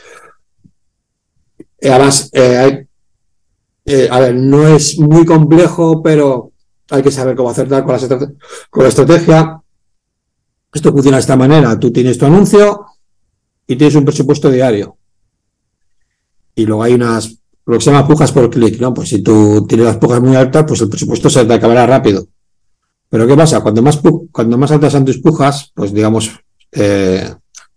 Además, eh, hay, eh, a ver, no es muy complejo, pero hay que saber cómo acertar con la, con la estrategia. Esto funciona de esta manera. Tú tienes tu anuncio y tienes un presupuesto diario. Y luego hay unas, lo que se llama pujas por clic, ¿no? Pues si tú tienes las pujas muy altas, pues el presupuesto se te acabará rápido. Pero ¿qué pasa? Cuando más, cuando más altas son tus pujas, pues digamos, eh,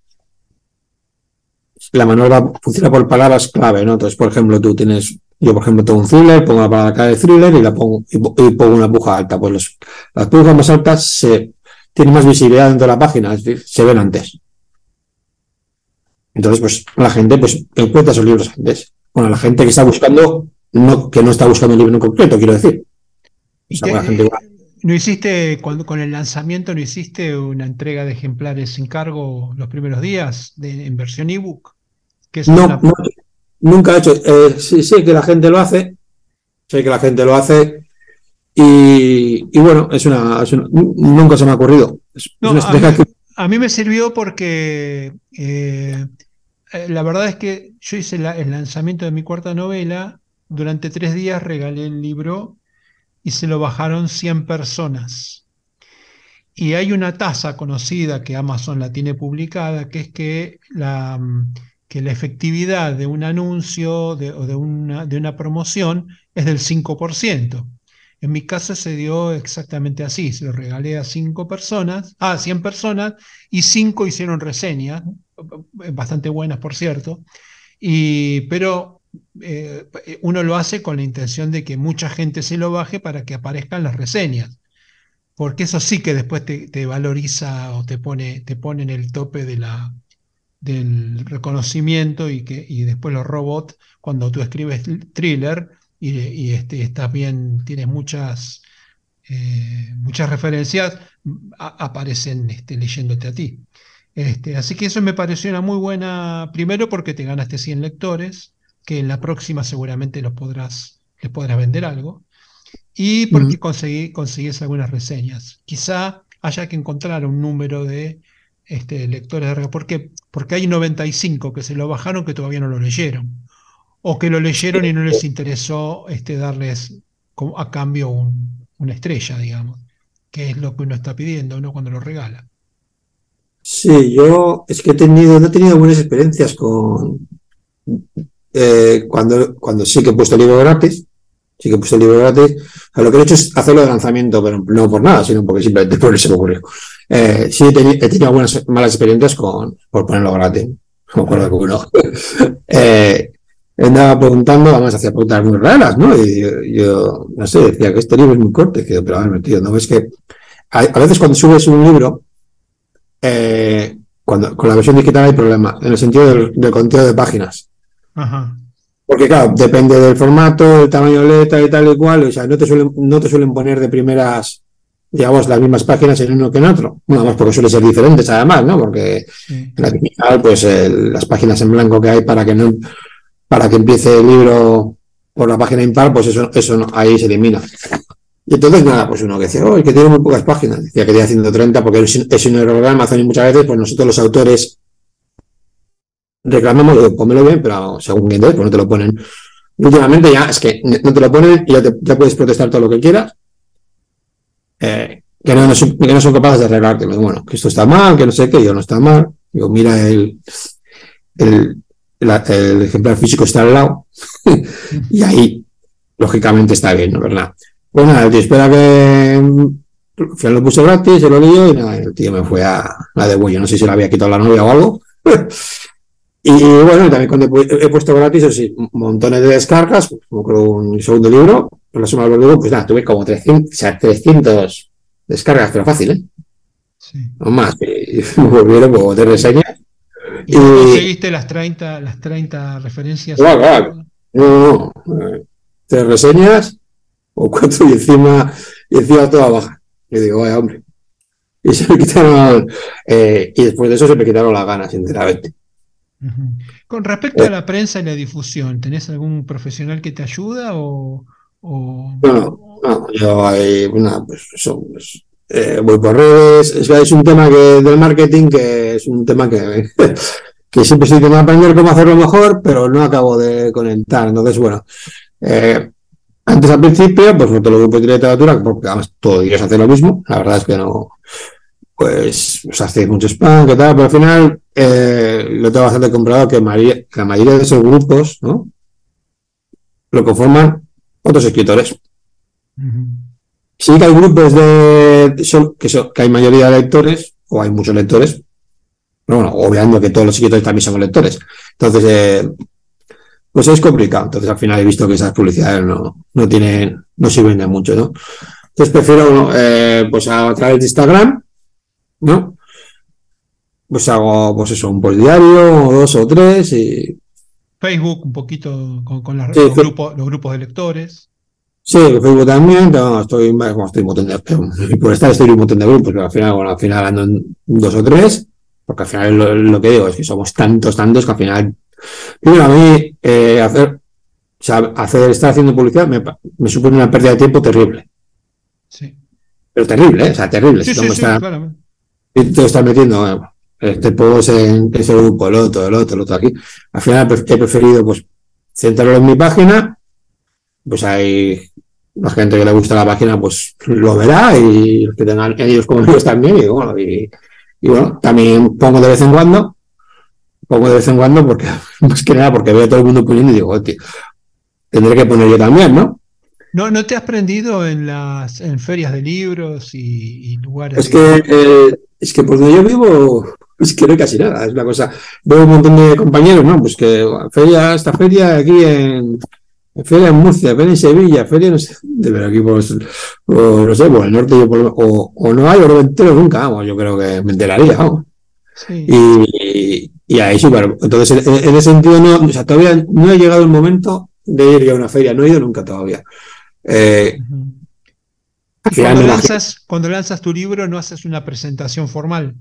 la manual funciona por palabras clave, ¿no? Entonces, por ejemplo, tú tienes, yo por ejemplo tengo un thriller, pongo la palabra clave de thriller y la pongo, y, y pongo una puja alta. Pues los, las pujas más altas se, tienen más visibilidad dentro de la página, es decir, se ven antes. Entonces, pues la gente pues encuentra esos libros antes. Bueno, la gente que está buscando, no, que no está buscando un libro en concreto, quiero decir. O sea, la gente igual. ¿No hiciste, cuando, con el lanzamiento, no hiciste una entrega de ejemplares sin cargo los primeros días de, en versión ebook? No, una... no, nunca he hecho. Eh, sí, sé que la gente lo hace, sé que la gente lo hace y, y bueno, es una, es una, nunca se me ha ocurrido. Es, no, es una a, mí, que... a mí me sirvió porque eh, la verdad es que yo hice la, el lanzamiento de mi cuarta novela, durante tres días regalé el libro y se lo bajaron cien personas. Y hay una tasa conocida que Amazon la tiene publicada, que es que la, que la efectividad de un anuncio de, o de una, de una promoción es del cinco por ciento. En mi caso se dio exactamente así, se lo regalé a cinco personas, a cien personas, y cinco hicieron reseñas, bastante buenas por cierto, y, pero eh, uno lo hace con la intención de que mucha gente se lo baje para que aparezcan las reseñas. Porque eso sí que después te, te valoriza o te pone, te pone en el tope de la, del reconocimiento y, que, y después los robots, cuando tú escribes thriller y, y este, estás bien, tienes muchas, eh, muchas referencias, a, aparecen este, leyéndote a ti. Este, así que eso me pareció una muy buena, primero porque te ganaste cien lectores, que en la próxima seguramente los podrás, les podrás vender algo. Y porque Mm. conseguí, conseguís algunas reseñas. Quizá haya que encontrar un número de este, lectores de regalo. ¿Por qué? Porque hay noventa y cinco que se lo bajaron que todavía no lo leyeron. O que lo leyeron y no les interesó este, darles como a cambio un, una estrella, digamos. Que es lo que uno está pidiendo, ¿no? Cuando lo regala. Sí, yo es que he tenido, no he tenido buenas experiencias con eh, cuando, cuando sí que he puesto el libro gratis, sí que he puesto el libro gratis. O sea, lo que he hecho es hacerlo de lanzamiento, pero no por nada, sino porque simplemente por eso me ocurrió. Eh, sí he, teni he tenido algunas malas experiencias con, por ponerlo gratis. Me acuerdo que uno eh, andaba preguntando, además hacía preguntas muy raras, ¿no? Y yo, yo, no sé, decía que este libro es muy corto, y que, pero a ver, tío, ¿no ves que a, a veces cuando subes un libro, eh, cuando, con la versión digital hay problema, en el sentido del, del conteo de páginas? Ajá. Porque claro, depende del formato, del tamaño de letra y tal y cual, o sea, no te suelen, no te suelen poner de primeras, digamos, las mismas páginas en uno que en otro. Bueno, además porque suelen ser diferentes además, ¿no? Porque Sí. en la digital, pues el, las páginas en blanco que hay para que no, para que empiece el libro por la página impar, pues eso, eso no, ahí se elimina. Y entonces nada, pues uno que decía, oh, es que tiene muy pocas páginas, decía que tenía ciento treinta porque es, es un error de Amazon y muchas veces, pues nosotros los autores reclamamos, digo, pónmelo bien, pero según quien te, pues no te lo ponen. Últimamente ya es que no te lo ponen y ya, te, ya puedes protestar todo lo que quieras, eh, que, no, no son, que no son capaces de arreglarte. Bueno, que esto está mal, que no sé qué, yo no está mal. Digo, mira, el, el, la, el ejemplar físico está al lado y ahí, lógicamente, está bien, ¿no? ¿Verdad? Pues nada, el tío espera que al final lo puse gratis, se lo dio y nada, el tío me fue a la de Bollo. No sé si le había quitado la novia o algo. Y bueno, también cuando he puesto gratis, eso sí, montones de descargas, pues, como con un segundo libro, por la suma de los libros, pues nada, tuve como trescientos, o sea, trescientas descargas, pero fácil, ¿eh? Sí. No más, y me volvieron como de reseñas. ¿Y no conseguiste las treinta, las treinta referencias? Claro, claro, no, no, tres reseñas o cuatro y encima, y encima toda baja. Y digo, vaya hombre. Y se me quitaron, eh, y después de eso se me quitaron las ganas, sinceramente. Uh-huh. Con respecto a la prensa y la difusión, ¿tenés algún profesional que te ayuda o...? o... No, no, yo hay una, pues, eso, pues, eh, voy por redes, es, es un tema que del marketing que es un tema que, que siempre estoy intentando aprender cómo hacerlo mejor, pero no acabo de conectar. Entonces, bueno, eh, antes al principio, pues no te lo grupos de literatura, porque además todo días hace lo mismo, la verdad es que no, pues, pues hace mucho spam, que tal, pero al final eh, lo tengo bastante comprobado que, María, que la mayoría de esos grupos, ¿no? Lo conforman otros escritores. Uh-huh. Sí que hay grupos de son, que, son, que hay mayoría de lectores, o hay muchos lectores, pero bueno, obviando que todos los escritores también son lectores. Entonces, eh, pues es complicado. Entonces, al final he visto que esas publicidades no, no tienen, no sirven de mucho, ¿no? Entonces prefiero, eh, pues a través de Instagram, ¿no? Pues hago, pues eso, un post diario, o dos o tres, y Facebook un poquito con, con las, sí, los, grupos, los grupos de lectores. sí, Facebook también, pero no, estoy, bueno, estoy un montón de, por estar estoy en un montón de grupos, pero al final, bueno, al final ando en dos o tres, porque al final lo, lo que digo es que somos tantos, tantos, que al final, primero a mí, eh, hacer, o sea, hacer, estar haciendo publicidad me, me supone una pérdida de tiempo terrible. Sí. Pero terrible, ¿eh? O sea, terrible. Sí, Si sí, tengo que sí, estar, claramente. te estás metiendo, eh, este post en ese grupo, el otro, el otro, el otro aquí. Al final he preferido, pues, centrarlo en mi página, pues hay la gente que le gusta la página, pues lo verá, y los que tengan ellos como ellos también, y bueno, y, y bueno, también pongo de vez en cuando, pongo de vez en cuando porque, más que nada, porque veo a todo el mundo poniendo y digo, tío, tendré que poner yo también, ¿no? ¿No, no te has prendido en las en ferias de libros y, y lugares Es de... que, eh, es que por donde yo vivo, es que no hay casi nada, es una cosa, veo un montón de compañeros, ¿no? Pues que feria, esta feria aquí en, feria en Murcia, feria en Sevilla, feria no sé, de ver aquí pues, o, no sé, por el norte yo por, o, o no hay, o no me entero nunca, vamos, yo creo que me enteraría, vamos. Sí. Y, y ahí sí, claro. Entonces, en, en ese sentido, no, o sea, todavía no he llegado el momento de ir a una feria, no he ido nunca todavía. Eh, Uh-huh. al Y final cuando me imagino. lanzas, cuando lanzas tu libro no haces una presentación formal.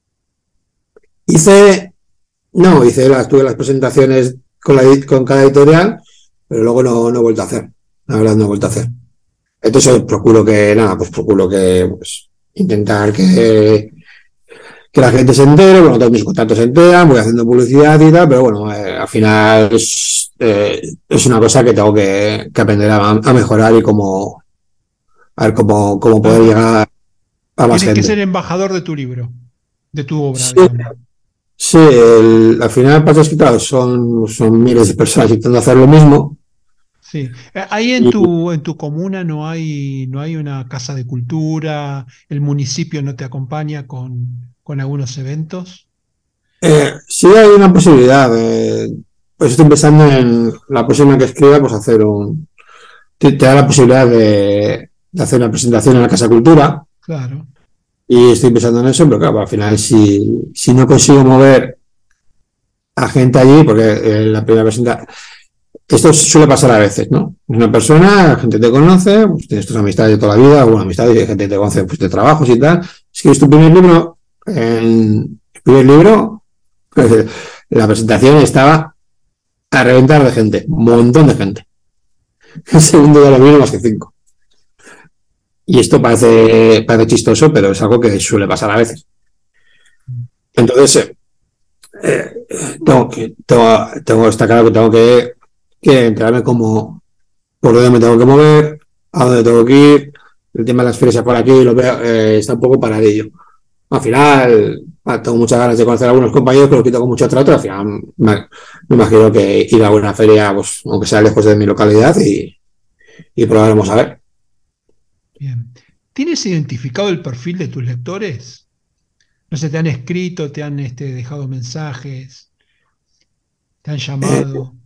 Hice, no, hice las, tuve las presentaciones con, la, con cada editorial, pero luego no, no he vuelto a hacer. La verdad, no he vuelto a hacer. Entonces, procuro que, nada, pues procuro que, pues, intentar que, que la gente se entere, bueno, todos mis contactos se enteran, voy haciendo publicidad y tal, pero bueno, eh, al final es, eh, es una cosa que tengo que, que aprender a, a mejorar y cómo, a ver cómo, cómo poder Claro. llegar a más Tienes que gente. ser embajador de tu libro, de tu obra, Sí, digamos. sí, el, al final pasa es que claro, son, son miles de personas intentando hacer lo mismo. Sí. Eh, Ahí en Y, tu, en tu comuna no hay, no hay una casa de cultura, el municipio no te acompaña con, con algunos eventos. eh, sí hay una posibilidad, de, pues estoy pensando en la próxima que escriba, pues hacer un, te, te da la posibilidad de, de hacer una presentación en la Casa Cultura. Claro. Y estoy pensando en eso, pero claro, al final, si, si no consigo mover a gente allí, porque en la primera presentación, esto suele pasar a veces, ¿no? Una persona, la gente te conoce, pues tienes tus amistades de toda la vida, bueno, amistades y gente que te conoce pues, de trabajos y tal. Escribes tu primer libro, en el primer libro, pues, la presentación estaba a reventar de gente, un montón de gente. El segundo ya lo vino más que cinco. Y esto parece, parece chistoso, pero es algo que suele pasar a veces. Entonces, eh, tengo que, tengo, tengo, está claro que tengo que, que enterarme cómo, por dónde me tengo que mover, a dónde tengo que ir. El tema de las ferias por aquí lo veo, eh, está un poco paradillo. Al final, ah, tengo muchas ganas de conocer a algunos compañeros, pero quito con mucho trato. Al final, me, me imagino que ir a una feria, pues, aunque sea lejos de mi localidad, y, y probaremos a ver. Bien. ¿Tienes identificado el perfil de tus lectores? No sé, te han escrito, te han este, dejado mensajes, te han Eh, llamado.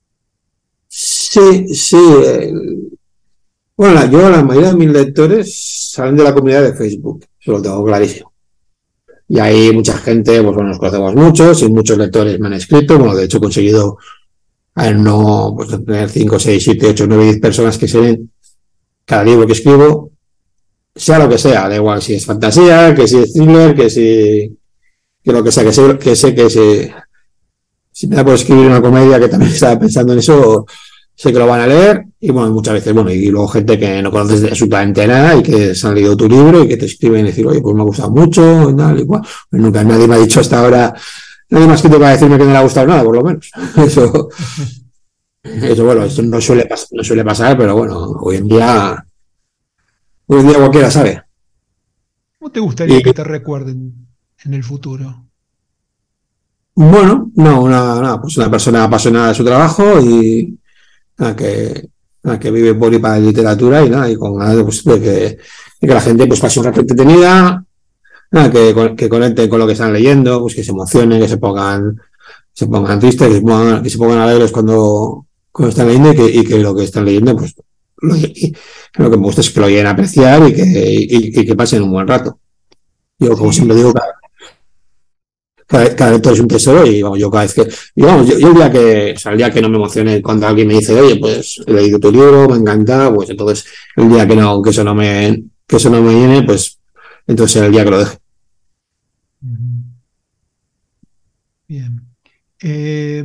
sí, sí. Eh, bueno, yo, la mayoría de mis lectores salen de la comunidad de Facebook, eso lo tengo clarísimo. Y ahí mucha gente, pues bueno, nos conocemos muchos y muchos lectores me han escrito. Bueno, de hecho he conseguido a ver, no pues, tener cinco, seis, siete, ocho, nueve, diez personas que se ven cada libro que escribo, sea lo que sea, da igual si es fantasía, que si es thriller, que si que lo que sea, que sé que, sé que si, si me da por escribir una comedia, que también estaba pensando en eso, sé que lo van a leer, y bueno, muchas veces, bueno, y luego gente que no conoces de absolutamente nada y que se han leído tu libro y que te escriben y decir, oye, pues me ha gustado mucho, y tal, y cual. Pues nunca nadie me ha dicho hasta ahora, nadie más que te va a decirme que no le ha gustado nada, por lo menos. Eso, eso bueno, esto no suele, no suele pasar, pero bueno, hoy en día, hoy en día cualquiera sabe. ¿Cómo te gustaría Y que te recuerden en el futuro? bueno, no, una, una, pues una persona apasionada de su trabajo y nada, que, nada, que vive por y para la literatura y nada, y con ganas de, pues, de que, de que la gente pues pase un rato entretenida, nada, que, que conecten con lo que están leyendo, pues que se emocionen, que se pongan, se pongan tristes, que se pongan, que se pongan alegres cuando, cuando están leyendo y que, y que lo que están leyendo, pues lo, y, lo que me gusta es que lo lleguen a apreciar y que, y, y que pasen un buen rato. Yo, como siempre Sí, digo, cada, cada lector es un tesoro y vamos, yo cada vez que, y vamos, yo, yo el día que, o sea, el día que no me emocione cuando alguien me dice, oye, pues he leído tu libro, me encanta, pues entonces el día que no, que eso no me, que eso no me llene, pues entonces será el día que lo deje. ujú, bien. Eh,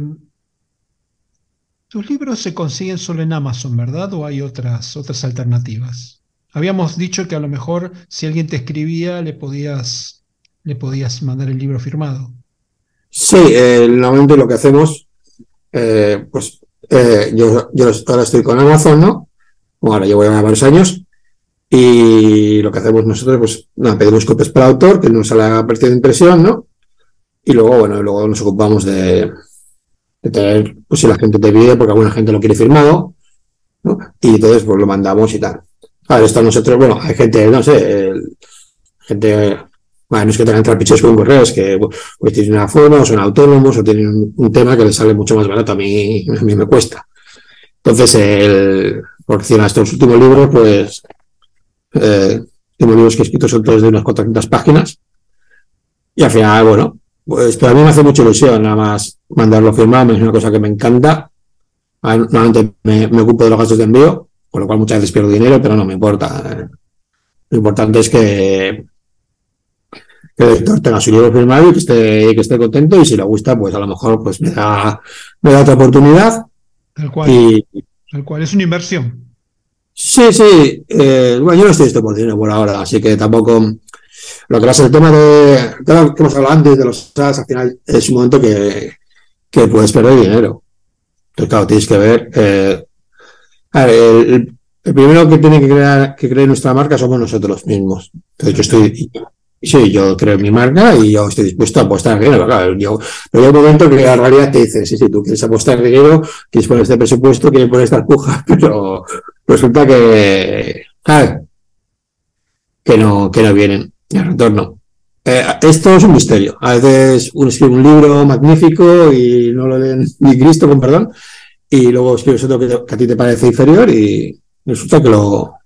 tus libros se consiguen solo en Amazon, ¿verdad? ¿O hay otras, otras alternativas? Habíamos dicho que a lo mejor si alguien te escribía le podías, le podías mandar el libro firmado. Sí, eh, normalmente lo que hacemos, eh, pues eh, yo, yo ahora estoy con Amazon, ¿no? Bueno, ahora llevo ya varios años y lo que hacemos nosotros, pues nada, pedimos copias para el autor, que nos sale a precio de impresión, ¿no? Y luego, bueno, luego nos ocupamos de, de tener, pues si la gente te pide, porque alguna gente lo quiere firmado, ¿no? Y entonces pues lo mandamos y tal. A ver, esto nosotros, bueno, hay gente, no sé, el, gente, bueno, no es que tengan trapicheos con correos, que pues tienen una forma, o son autónomos, o tienen un, un, tema que les sale mucho más barato, a mí, a mí me cuesta. Entonces, el, por decir, estos últimos libros, pues, eh, últimos libros que he escrito son todos de unas cuatrocientas páginas, y al final, bueno, pues a mí me hace mucha ilusión, nada más mandarlo firmado, es una cosa que me encanta. Normalmente me, me ocupo de los gastos de envío, con lo cual muchas veces pierdo dinero, pero no me importa. Lo importante es que, que el lector tenga su libro firmado y que esté, que esté contento, y si le gusta, pues a lo mejor pues me da, me da otra oportunidad. Tal cual, Y tal cual. Es una inversión. sí, sí, eh, bueno, yo no estoy esto por dinero por ahora, así que tampoco. Lo que pasa es el tema de, el tema que hemos hablado antes de los S A S, al final es un momento que, que puedes perder dinero. Entonces, claro, tienes que ver. Eh, a ver, el, el, primero que tiene que crear, que creer nuestra marca somos nosotros mismos. Entonces, yo Tal cual. estoy. Sí, yo creo en mi marca y yo estoy dispuesto a apostar dinero. Claro, yo, pero hay un momento que la realidad te dice, sí, sí, tú quieres apostar dinero, quieres poner este presupuesto, quieres poner esta puja, pero resulta que, claro, que no, que no vienen el retorno. Eh, esto es un misterio. A veces uno escribe un libro magnífico y no lo leen ni Cristo, con perdón, y luego escribes otro que, te, que a ti te parece inferior y resulta que lo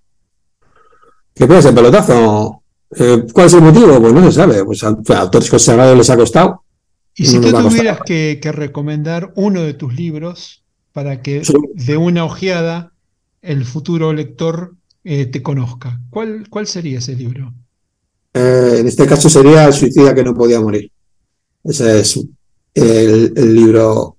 que puede ser pelotazo. Eh, ¿Cuál es el motivo? Pues no se sabe. Pues a, a autores consagrados les ha costado, Y si no tú nos va a costar. tuvieras que, que recomendar uno de tus libros para Sí. que de una ojeada el futuro lector eh, te conozca, ¿cuál, cuál sería ese libro? Eh, en este caso sería El suicida que no podía morir. Ese es el, el libro.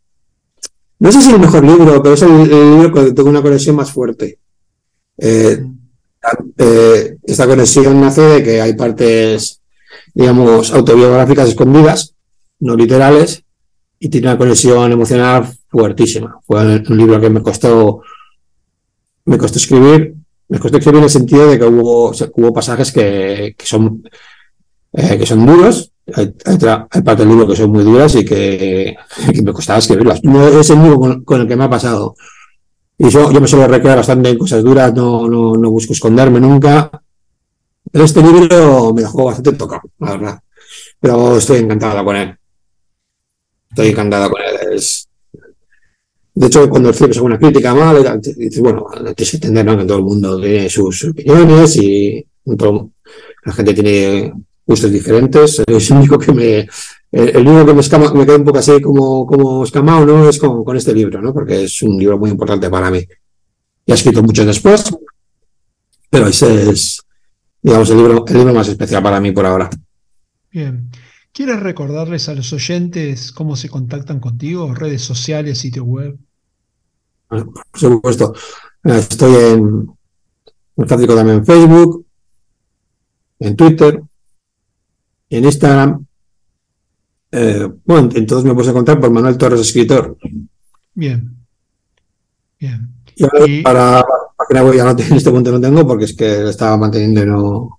No sé si es el mejor libro, pero es el, el libro que tengo una conexión más fuerte. Eh, Mm, eh, esta conexión nace de que hay partes, digamos, autobiográficas escondidas no literales, y tiene una conexión emocional fuertísima. Fue un libro que me costó, me costó escribir, me costó escribir en el sentido de que hubo, o sea, hubo pasajes que, que son eh, que son duros, hay, hay, hay partes del libro que son muy duras y que, que me costaba escribirlas. No es el libro con, con el que me ha pasado. Y yo, yo me suelo recrear bastante en cosas duras, no, no, no busco esconderme nunca. Pero este libro me dejó bastante tocado, la verdad. Pero estoy encantado con él. Estoy encantado con él. Es... De hecho, cuando recibes alguna crítica mala, dices, bueno, tienes que entender, ¿no?, que todo el mundo tiene sus opiniones y todo, la gente tiene gustos diferentes. Es el único que me... El único que me, escama, me queda un poco así como, como escamado, ¿no?, es con, con este libro, ¿no?, porque es un libro muy importante para mí. Y he escrito mucho después, pero ese es, digamos, el libro, el libro más especial para mí por ahora. Bien. ¿Quieres recordarles a los oyentes cómo se contactan contigo? Redes sociales, sitio web. Bueno, por supuesto. Estoy en, en también en Facebook, en Twitter, en Instagram. Eh, bueno, entonces me puedes encontrar por Manuel Torres Escritor. Bien. Bien. Y ahora Y... para página web ya no, en este punto no tengo porque es que lo estaba manteniendo y no...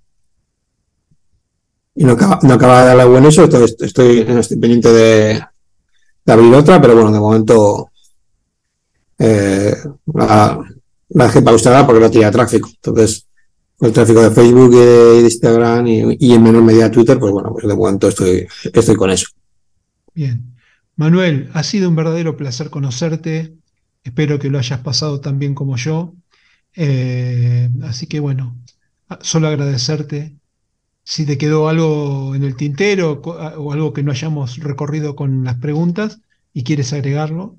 Y no acaba, no acaba de darle buen uso, estoy, estoy, estoy pendiente de, de abrir otra, pero bueno, de momento eh, la, la dejé pausada porque no tenía tráfico. Entonces, con el tráfico de Facebook y de, de Instagram y, y en menor medida Twitter, pues bueno, pues de momento estoy, estoy con eso. Bien. Manuel, ha sido un verdadero placer conocerte. Espero que lo hayas pasado tan bien como yo. Eh, así que bueno, solo agradecerte. Si te quedó algo en el tintero o algo que no hayamos recorrido con las preguntas y quieres agregarlo.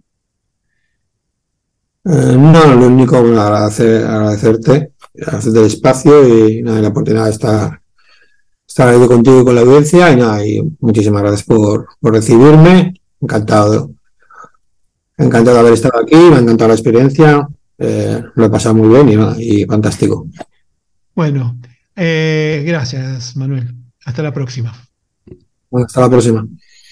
Eh, no, lo único, bueno, agradecer, agradecerte, agradecerte el espacio y nada, la oportunidad de estar, estar ahí contigo y con la audiencia y nada, y muchísimas gracias por, por recibirme. Encantado, encantado de haber estado aquí, me ha encantado la experiencia, eh, lo he pasado muy bien y, nada, y fantástico. Bueno, eh, gracias, Manuel. Hasta la próxima. Bueno, hasta la próxima.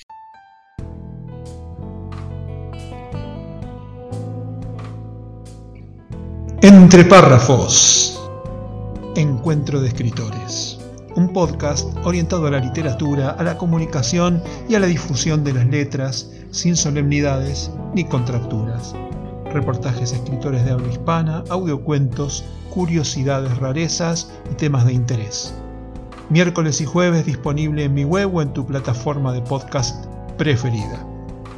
Entre párrafos. Encuentro de escritores. Un podcast orientado a la literatura, a la comunicación y a la difusión de las letras, sin solemnidades ni contracturas. Reportajes de escritores de habla hispana, audiocuentos, curiosidades, rarezas y temas de interés. Miércoles y jueves disponible en mi web o en tu plataforma de podcast preferida.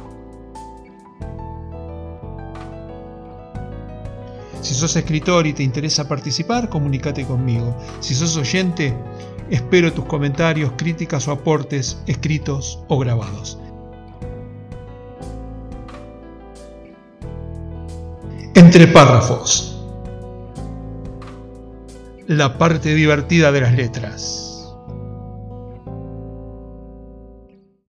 Si sos escritor y te interesa participar, comunícate conmigo. Si sos oyente, espero tus comentarios, críticas o aportes escritos o grabados. Entre párrafos. La parte divertida de las letras.